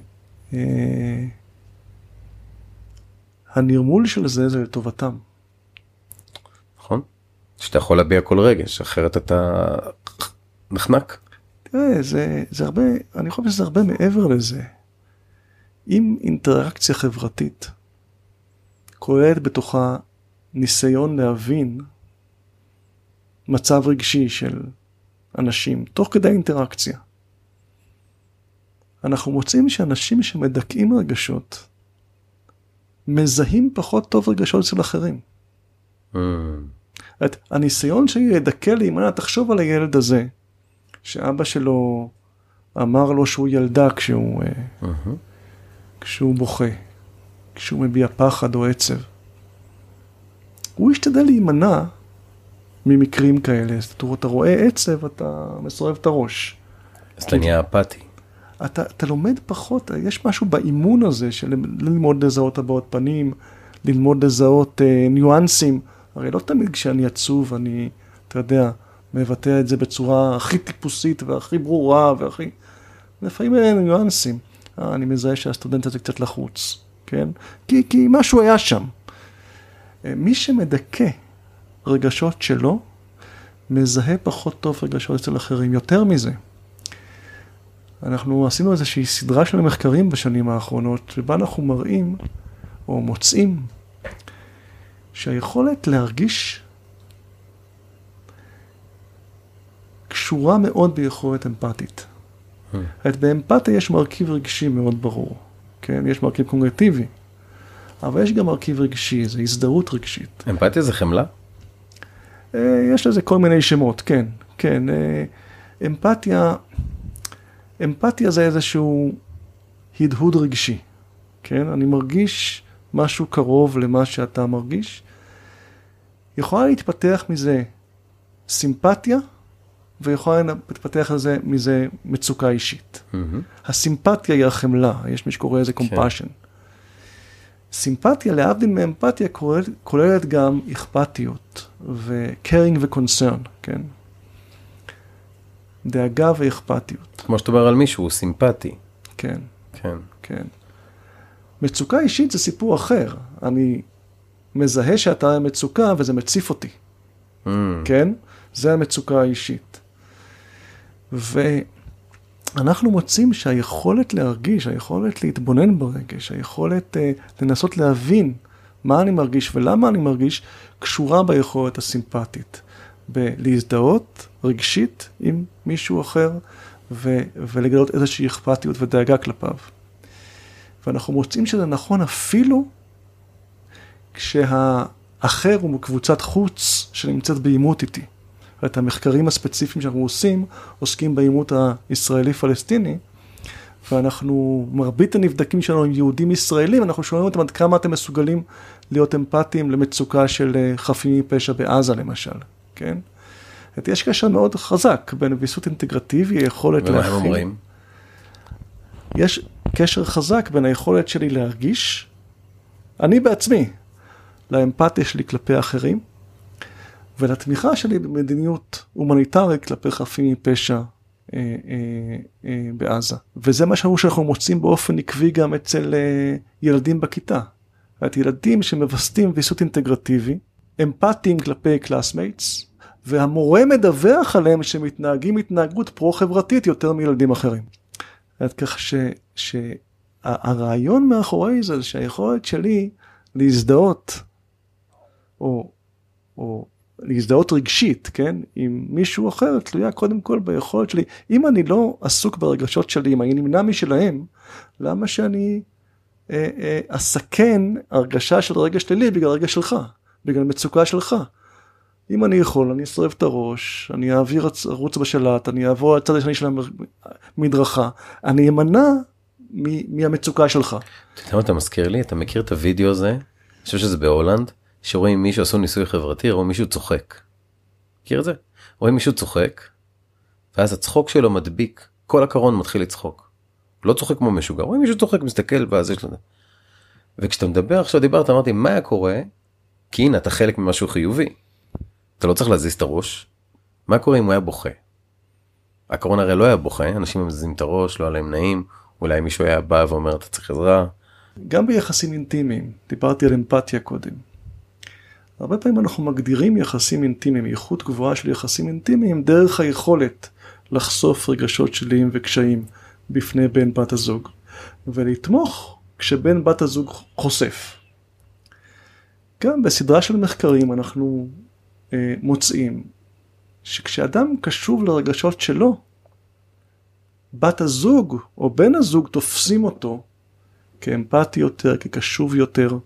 הנרמול של זה זה לטובתם. נכון? שאתה יכול להביע כל רגש, אחרת אתה נחנק. תראה, זה, זה הרבה, אני חושב שזה הרבה מעבר לזה. אם אינטראקציה חברתית כוללת בתוכה ניסיון להבין מצב רגשי של אנשים, תוך כדי אינטראקציה, אנחנו מוצאים שאנשים שמדכאים רגשות, מזהים פחות טוב רגשות אצל אחרים. Mm. את, הניסיון שלי לדכא להימנע, תחשוב על הילד הזה, שאבא שלו אמר לו שהוא ילדה כשהוא, mm-hmm. כשהוא בוכה, כשהוא מביע פחד או עצב. הוא ישתדל להימנע ממקרים כאלה. זאת אומרת, אתה רואה עצב, אתה מסובב את הראש. אז אתה נהיה אפאתי. אתה, אתה לומד פחות, יש משהו באימון הזה של ללמוד לזהות הבעות פנים, ללמוד לזהות אה, ניואנסים. הרי לא תמיד כשאני עצוב, אני, אתה יודע, מבטא את זה בצורה הכי טיפוסית והכי ברורה והכי... לפעמים אין ניואנסים. אה, אני מזהה שהסטודנט הזה קצת לחוץ, כן? כי, כי משהו היה שם. אה, מי שמדכא רגשות שלו, מזהה פחות טוב רגשות אצל אחרים. יותר מזה. אנחנו עשינו איזושהי סדרה של מחקרים בשנים האחרונות, שבה אנחנו מראים או מוצאים שהיכולת להרגיש קשורה מאוד ביכולת אמפתית. Hmm. את באמפתיה יש מרכיב רגשי מאוד ברור, כן? יש מרכיב קוגניטיבי, אבל יש גם מרכיב רגשי, זה הזדהות רגשית. אמפתיה זה חמלה? יש לזה כל מיני שמות, כן, כן. אמפתיה... אמפתיה זה איזשהו הדהוד רגשי, כן? אני מרגיש משהו קרוב למה שאתה מרגיש. יכולה להתפתח מזה סימפתיה, ויכולה להתפתח מזה, מזה מצוקה אישית. Mm-hmm. הסימפתיה היא החמלה, יש מי שקורא איזה compassion. סימפתיה, להבדיל מאמפתיה, כוללת, כוללת גם אכפתיות, ו-caring ו-concern, כן? דאגה ואכפתיות. כמו שאתה אומר על מישהו, הוא סימפטי. כן. כן. כן. מצוקה אישית זה סיפור אחר. אני מזהה שאתה מצוקה וזה מציף אותי. Mm. כן? זה המצוקה האישית. ואנחנו מוצאים שהיכולת להרגיש, היכולת להתבונן ברגש, היכולת uh, לנסות להבין מה אני מרגיש ולמה אני מרגיש, קשורה ביכולת הסימפטית. בלהזדהות רגשית עם מישהו אחר ו- ולגלות איזושהי אכפתיות ודאגה כלפיו. ואנחנו מוצאים שזה נכון אפילו כשהאחר הוא מקבוצת חוץ שנמצאת בעימות איתי. את המחקרים הספציפיים שאנחנו עושים עוסקים בעימות הישראלי-פלסטיני, ואנחנו, מרבית הנבדקים שלנו עם יהודים ישראלים, אנחנו שואלים אותם עד כמה אתם מסוגלים להיות אמפתיים למצוקה של חפים מפשע בעזה למשל. כן? יש קשר מאוד חזק בין ויסות אינטגרטיבי, היכולת להכין. ומה הם אומרים? יש קשר חזק בין היכולת שלי להרגיש, אני בעצמי, לאמפתיה שלי כלפי אחרים, ולתמיכה שלי במדיניות הומניטרית כלפי חפים מפשע אה, אה, אה, בעזה. וזה מה שאנחנו מוצאים באופן עקבי גם אצל אה, ילדים בכיתה. את ילדים שמבסטים ויסות אינטגרטיבי, אמפתיים כלפי קלאסמייטס, והמורה מדווח עליהם שמתנהגים התנהגות פרו-חברתית יותר מילדים אחרים. עד כך שהרעיון מאחורי זה, שהיכולת שלי להזדהות, או, או להזדהות רגשית, כן, עם מישהו אחר, תלויה קודם כל ביכולת שלי. אם אני לא עסוק ברגשות שלי, אם אני נמנע משלהם, למה שאני אה, אה, אסכן הרגשה של רגש שלי בגלל רגש שלך? בגלל מצוקה שלך. אם אני יכול, אני אסרב את הראש, אני אעביר ערוץ בשלט, אני אעבור לצד השני של המדרכה, אני אמנע מהמצוקה שלך. אתה יודע מה אתה מזכיר לי? אתה מכיר את הוידאו הזה? אני חושב שזה בהולנד, שרואים מישהו עשו ניסוי חברתי, רואים מישהו צוחק. מכיר את זה? רואים מישהו צוחק, ואז הצחוק שלו מדביק, כל הקרון מתחיל לצחוק. לא צוחק כמו משוגע, רואים מישהו צוחק, מסתכל, ואז יש לזה. וכשאתה מדבר, עכשיו דיברת, אמרתי, מה היה קורה? כי הנה, אתה חלק ממשהו חיובי. אתה לא צריך להזיז את הראש. מה קורה אם הוא היה בוכה? הקורונה הרי לא היה בוכה, אנשים מזיזים את הראש, לא עליהם נעים, אולי מישהו היה בא ואומר, אתה צריך עזרה. גם ביחסים אינטימיים, דיברתי על אמפתיה קודם. הרבה פעמים אנחנו מגדירים יחסים אינטימיים, איכות גבוהה של יחסים אינטימיים, דרך היכולת לחשוף רגשות שליליים וקשיים בפני בן בת הזוג, ולתמוך כשבן בת הזוג חושף. גם בסדרה של מחקרים אנחנו אה, מוצאים שכשאדם קשוב לרגשות שלו, בת הזוג או בן הזוג תופסים אותו כאמפתי יותר, כקשוב יותר,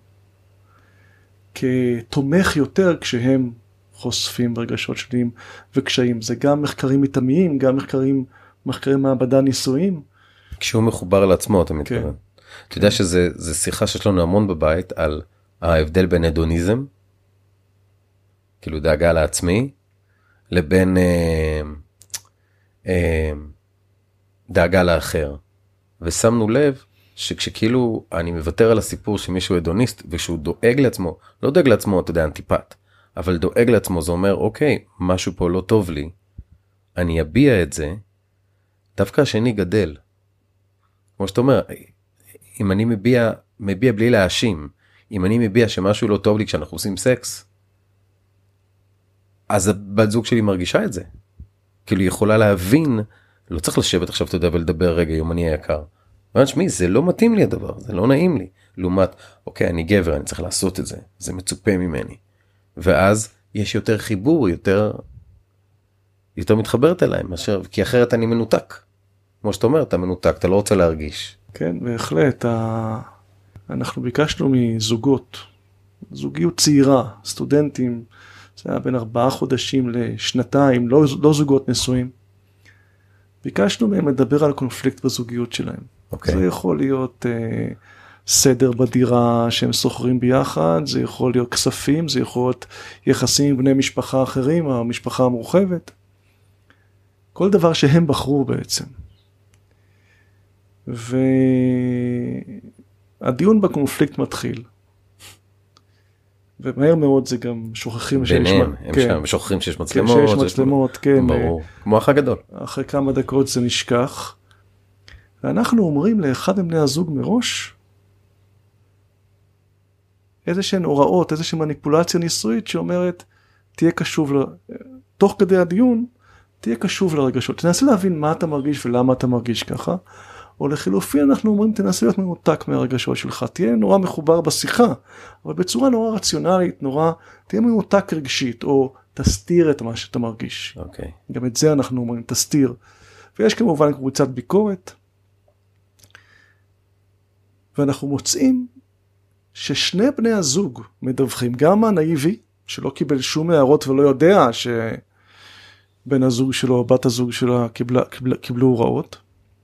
כתומך יותר כשהם חושפים ברגשות שליליים וקשיים. זה גם מחקרים מתאמיים, גם מחקרים, מחקרי מעבדה ניסויים. כשהוא מחובר לעצמו, אתה מתכוון. כן. אתה יודע שזה שיחה שיש לנו המון בבית על ההבדל בין הדוניזם, כאילו דאגה לעצמי, לבין אה, אה, דאגה לאחר. ושמנו לב שכשכאילו אני מוותר על הסיפור שמישהו הדוניסט, וכשהוא דואג לעצמו, לא דואג לעצמו, אתה יודע, אנטיפט, אבל דואג לעצמו, זה אומר, אוקיי, משהו פה לא טוב לי, אני אביע את זה, דווקא השני גדל. כמו שאתה אומר, אם אני מביע, מביע בלי להאשים, אם אני מביע שמשהו לא טוב לי כשאנחנו עושים סקס, אז הבת זוג שלי מרגישה את זה. כאילו היא יכולה להבין, לא צריך לשבת עכשיו, אתה יודע, ולדבר רגע, יומני היקר. ואני שמי, זה לא מתאים לי הדבר, זה לא נעים לי. לעומת, אוקיי, אני גבר, אני צריך לעשות את זה, זה מצופה ממני. ואז יש יותר חיבור, יותר, יותר מתחברת אליי, מאשר, כי אחרת אני מנותק. כמו שאתה אומר, אתה מנותק, אתה לא רוצה להרגיש. כן, בהחלט. ה... אנחנו ביקשנו מזוגות, זוגיות צעירה, סטודנטים, זה היה בין ארבעה חודשים לשנתיים, לא, לא זוגות נשואים. ביקשנו מהם לדבר על קונפליקט בזוגיות שלהם. Okay. זה יכול להיות uh, סדר בדירה שהם סוחרים ביחד, זה יכול להיות כספים, זה יכול להיות יחסים עם בני משפחה אחרים, המשפחה המורחבת. כל דבר שהם בחרו בעצם. והדיון בקונפליקט מתחיל. ומהר מאוד זה גם שוכחים ביניהם, הם כן. שם, שוכחים שיש מצלמות. כן, שיש מצלמות, כן. ברור, כמו אח הגדול. אחרי כמה דקות זה נשכח. ואנחנו אומרים לאחד מבני הזוג מראש, איזה שהן הוראות, איזה שהן מניפולציה ניסויית שאומרת, תהיה קשוב, ל... תוך כדי הדיון, תהיה קשוב לרגשות. תנסה להבין מה אתה מרגיש ולמה אתה מרגיש ככה. או לחילופי אנחנו אומרים, תנסה להיות מנותק מהרגשות שלך, תהיה נורא מחובר בשיחה, אבל בצורה נורא רציונלית, נורא, תהיה מנותק רגשית, או תסתיר את מה שאתה מרגיש. Okay. גם את זה אנחנו אומרים, תסתיר. ויש כמובן קבוצת ביקורת, ואנחנו מוצאים ששני בני הזוג מדווחים, גם הנאיבי, שלא קיבל שום הערות ולא יודע שבן הזוג שלו או בת הזוג שלה קיבלה, קיבלה, קיבלו הוראות,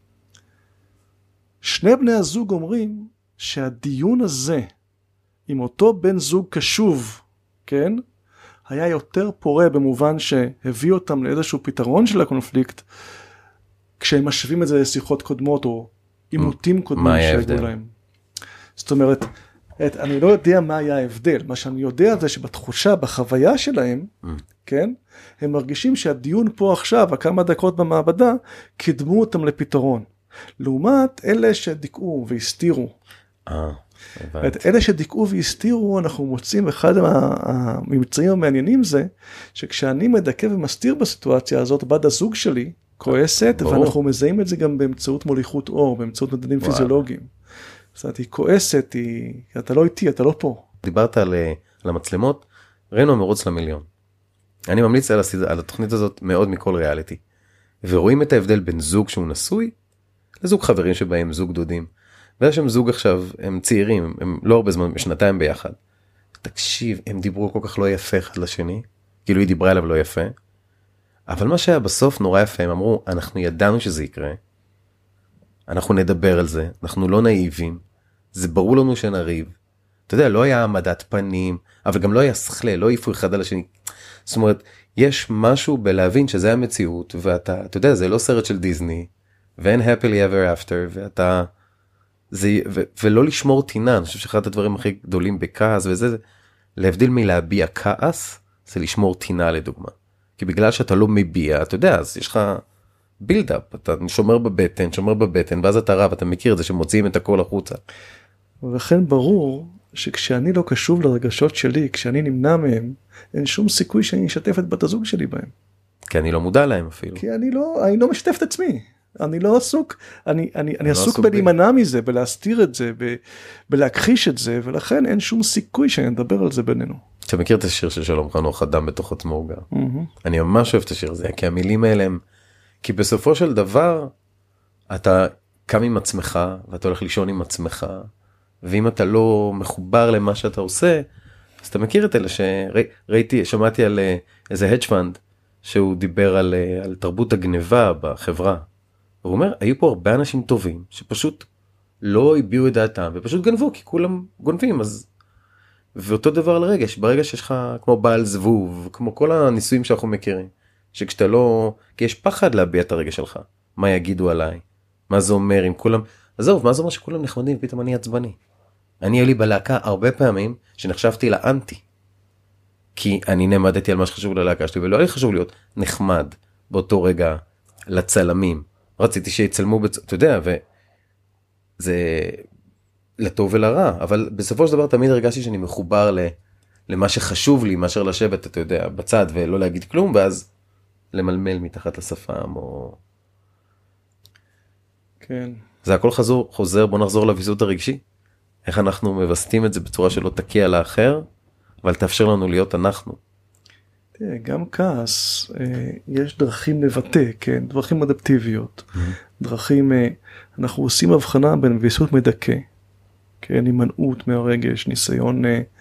שני בני הזוג אומרים שהדיון הזה עם אותו בן זוג קשוב, כן, היה יותר פורה במובן שהביא אותם לאיזשהו פתרון של הקונפליקט, כשהם משווים את זה לשיחות קודמות או עימותים קודמים שהגעו להם. זאת אומרת, את, אני לא יודע מה היה ההבדל, מה שאני יודע זה שבתחושה, בחוויה שלהם, כן, הם מרגישים שהדיון פה עכשיו, הכמה דקות במעבדה, קידמו אותם לפתרון. לעומת אלה שדיכאו והסתירו. אה, את אלה שדיכאו והסתירו, אנחנו מוצאים אחד הממצאים המעניינים זה, שכשאני מדכא ומסתיר בסיטואציה הזאת, בת הזוג שלי כועסת, ואנחנו מזהים את זה גם באמצעות מוליכות אור, באמצעות מדדים פיזיולוגיים. זאת אומרת, היא כועסת, היא, אתה לא איתי, אתה לא פה. דיברת על, על המצלמות, ראינו מרוץ למיליון. אני ממליץ על, הסד... על התוכנית הזאת מאוד מכל ריאליטי. ורואים את ההבדל בין זוג שהוא נשוי, לזוג חברים שבהם זוג דודים. ויש שם זוג עכשיו, הם צעירים, הם לא הרבה זמן, שנתיים ביחד. תקשיב, הם דיברו כל כך לא יפה אחד לשני, כאילו היא דיברה אליו לא יפה. אבל מה שהיה בסוף נורא יפה, הם אמרו, אנחנו ידענו שזה יקרה, אנחנו נדבר על זה, אנחנו לא נאיבים, זה ברור לנו שנריב. אתה יודע, לא היה העמדת פנים, אבל גם לא היה שכלה, לא העיפו אחד על השני. זאת אומרת, יש משהו בלהבין שזה המציאות, ואתה, אתה יודע, זה לא סרט של דיזני, ואין happily ever after, ואתה, זה, ו, ולא לשמור טינה, אני חושב שאחד הדברים הכי גדולים בכעס, וזה, זה, להבדיל מלהביע כעס, זה לשמור טינה לדוגמה. כי בגלל שאתה לא מביע, אתה יודע, אז יש לך בילדאפ, אתה שומר בבטן, שומר בבטן, ואז אתה רב, אתה מכיר את זה שמוציאים את הכל החוצה. ולכן ברור שכשאני לא קשוב לרגשות שלי, כשאני נמנע מהם, אין שום סיכוי שאני אשתף את בת הזוג שלי בהם. כי אני לא מודע להם אפילו. כי אני לא, אני לא משתף את עצמי. אני לא עסוק, אני, אני, אני עסוק בלהימנע מזה, בלהסתיר את זה, ב, בלהכחיש את זה, ולכן אין שום סיכוי שאני אדבר על זה בינינו. אתה מכיר את השיר של שלום חנוך, אדם בתוך עצמו הוא גר? אני ממש אוהב את השיר הזה, כי המילים האלה הם, כי בסופו של דבר, אתה קם עם עצמך, ואתה הולך לישון עם עצמך, ואם אתה לא מחובר למה שאתה עושה, אז אתה מכיר את אלה שראיתי, שמעתי על איזה hedge fund, שהוא דיבר על, על תרבות הגניבה בחברה. הוא אומר, היו פה הרבה אנשים טובים, שפשוט לא הביעו את דעתם, ופשוט גנבו, כי כולם גונבים, אז... ואותו דבר על רגש, ברגע שיש לך כמו בעל זבוב, כמו כל הניסויים שאנחנו מכירים, שכשאתה לא... כי יש פחד להביע את הרגש שלך. מה יגידו עליי? מה זה אומר אם כולם... עזוב, מה זה אומר שכולם נחמדים, פתאום אני עצבני. אני היה לי בלהקה הרבה פעמים שנחשבתי לאנטי. כי אני נעמדתי על מה שחשוב ללהקה שלי, ולא היה לי חשוב להיות נחמד באותו רגע לצלמים. רציתי שיצלמו, בצ... אתה יודע, וזה לטוב ולרע, אבל בסופו של דבר תמיד הרגשתי שאני מחובר ל... למה שחשוב לי, מאשר לשבת, אתה יודע, בצד ולא להגיד כלום, ואז למלמל מתחת לשפם, או... כן. זה הכל חזור, חוזר, בוא נחזור לוויסות הרגשי. איך אנחנו מבסטים את זה בצורה שלא תקיע לאחר, אבל תאפשר לנו להיות אנחנו. תראה, גם כעס, יש דרכים לבטא, כן, דרכים אדפטיביות, דרכים, אנחנו עושים הבחנה בין ויסות מדכא, כן, הימנעות מהרגש, ניסיון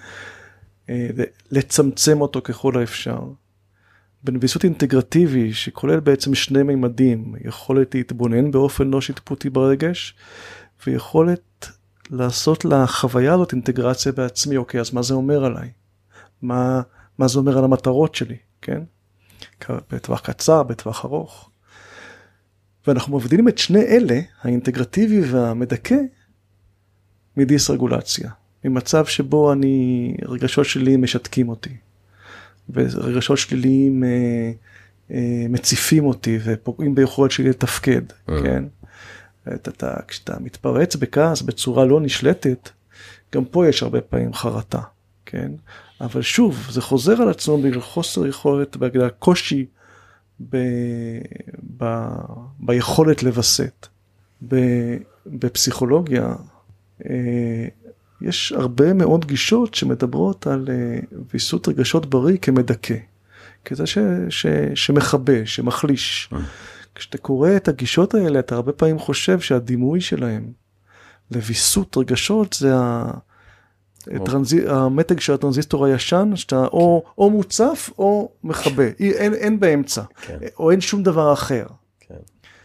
לצמצם אותו ככל האפשר, בין ויסות אינטגרטיבי, שכולל בעצם שני מימדים, יכולת להתבונן באופן לא שיתפוטי ברגש, ויכולת לעשות לחוויה הזאת אינטגרציה בעצמי. אוקיי, אז מה זה אומר עליי? מה, מה זה אומר על המטרות שלי, כן? בטווח קצר, בטווח ארוך. ואנחנו מבדילים את שני אלה, האינטגרטיבי והמדכא, מדיסרגולציה. ממצב שבו אני, רגשות שלי משתקים אותי. ורגשות שליליים אה, אה, מציפים אותי ופוגעים ביכולת שלי לתפקד, mm. כן? אתה, כשאתה מתפרץ בכעס בצורה לא נשלטת, גם פה יש הרבה פעמים חרטה, כן? אבל שוב, זה חוזר על עצמו בגלל חוסר יכולת, בגלל קושי ב, ב, ביכולת לבסט. ב, בפסיכולוגיה, אה, יש הרבה מאוד גישות שמדברות על uh, ויסות רגשות בריא כמדכא, כזה ש, ש, שמחבא, שמחליש. Mm. כשאתה קורא את הגישות האלה, אתה הרבה פעמים חושב שהדימוי שלהם לוויסות רגשות זה ה, טרנז... המתג של הטרנזיסטור הישן, שאתה okay. או, או מוצף או מחבא, אין, אין באמצע, okay. או אין שום דבר אחר. Okay.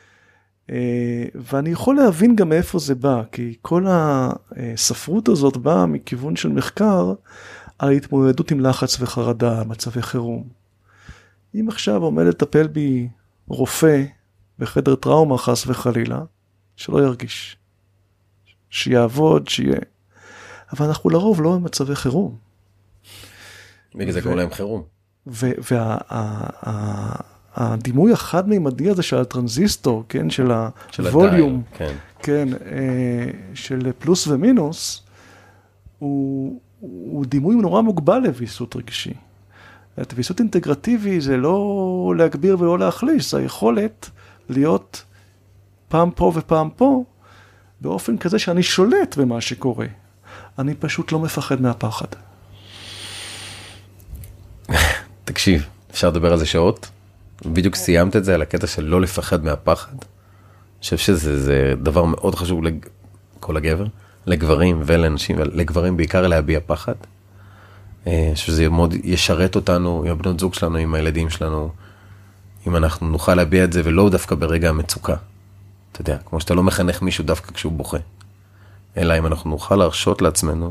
ואני יכול להבין גם מאיפה זה בא, כי כל הספרות הזאת באה מכיוון של מחקר על התמודדות עם לחץ וחרדה, מצבי חירום. אם עכשיו עומד לטפל בי רופא בחדר טראומה חס וחלילה, שלא ירגיש, שיעבוד, שיהיה. אבל אנחנו לרוב לא במצבי חירום. בגלל זה קוראים להם חירום. וה... הדימוי החד-מימדי הזה של הטרנזיסטור, כן, של הווליום, כן, כן, של פלוס ומינוס, הוא, הוא דימוי נורא מוגבל לוויסות רגשי. ויסות אינטגרטיבי זה לא להגביר ולא להחליש, זה היכולת להיות פעם פה ופעם פה, באופן כזה שאני שולט במה שקורה. אני פשוט לא מפחד מהפחד. תקשיב, אפשר לדבר על זה שעות? בדיוק סיימת את זה על הקטע של לא לפחד מהפחד. אני חושב שזה זה דבר מאוד חשוב לכל הגבר, לגברים ולנשים, לגברים בעיקר להביע פחד. שזה מאוד ישרת אותנו, עם הבנות זוג שלנו, עם הילדים שלנו, אם אנחנו נוכל להביע את זה ולא דווקא ברגע המצוקה. אתה יודע, כמו שאתה לא מחנך מישהו דווקא כשהוא בוכה. אלא אם אנחנו נוכל להרשות לעצמנו,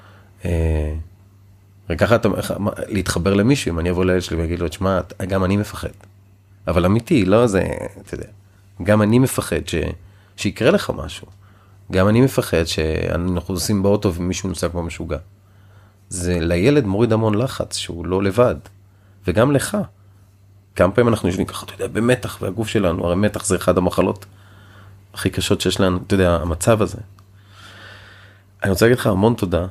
וככה אתה, להתחבר למישהו, אם אני אבוא לילד שלי ואגיד לו, תשמע, גם אני מפחד. אבל אמיתי, לא זה, אתה יודע, גם אני מפחד ש, שיקרה לך משהו. גם אני מפחד שאנחנו עושים באוטו ומישהו נוסע כמו משוגע. זה לילד מוריד המון לחץ שהוא לא לבד. וגם לך. כמה פעמים אנחנו יושבים ככה, אתה יודע, במתח, והגוף שלנו, הרי מתח זה אחד המחלות הכי קשות שיש לנו, אתה יודע, המצב הזה. אני רוצה להגיד לך המון תודה.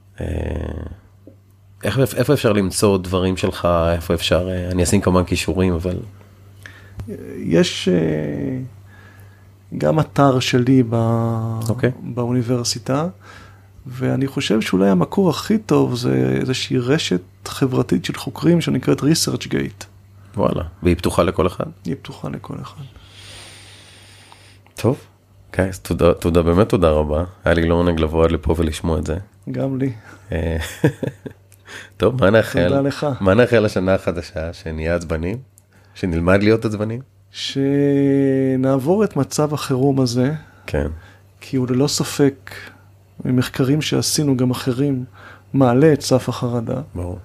איך, איפה אפשר למצוא דברים שלך, איפה אפשר, אני אשים כמובן קישורים, אבל... יש גם אתר שלי ב... okay. באוניברסיטה, ואני חושב שאולי המקור הכי טוב זה איזושהי רשת חברתית של חוקרים שנקראת ResearchGate. וואלה, והיא פתוחה לכל אחד? היא פתוחה לכל אחד. טוב, אז תודה, תודה, באמת תודה רבה. היה לי לא עונג לבוא עד לפה ולשמוע את זה. גם לי. טוב, מה נאחל? תודה לך. מה נאחל לשנה החדשה? שנהיה עצבנים? שנלמד להיות עצבנים? שנעבור את מצב החירום הזה. כן. כי הוא ללא ספק, ממחקרים שעשינו גם אחרים, מעלה את סף החרדה. ברור.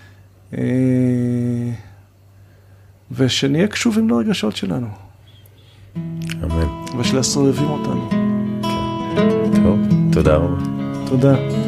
ושנהיה קשובים לרגשות שלנו. אמן. ושלסובבים אותנו. כן. טוב, תודה רבה. תודה.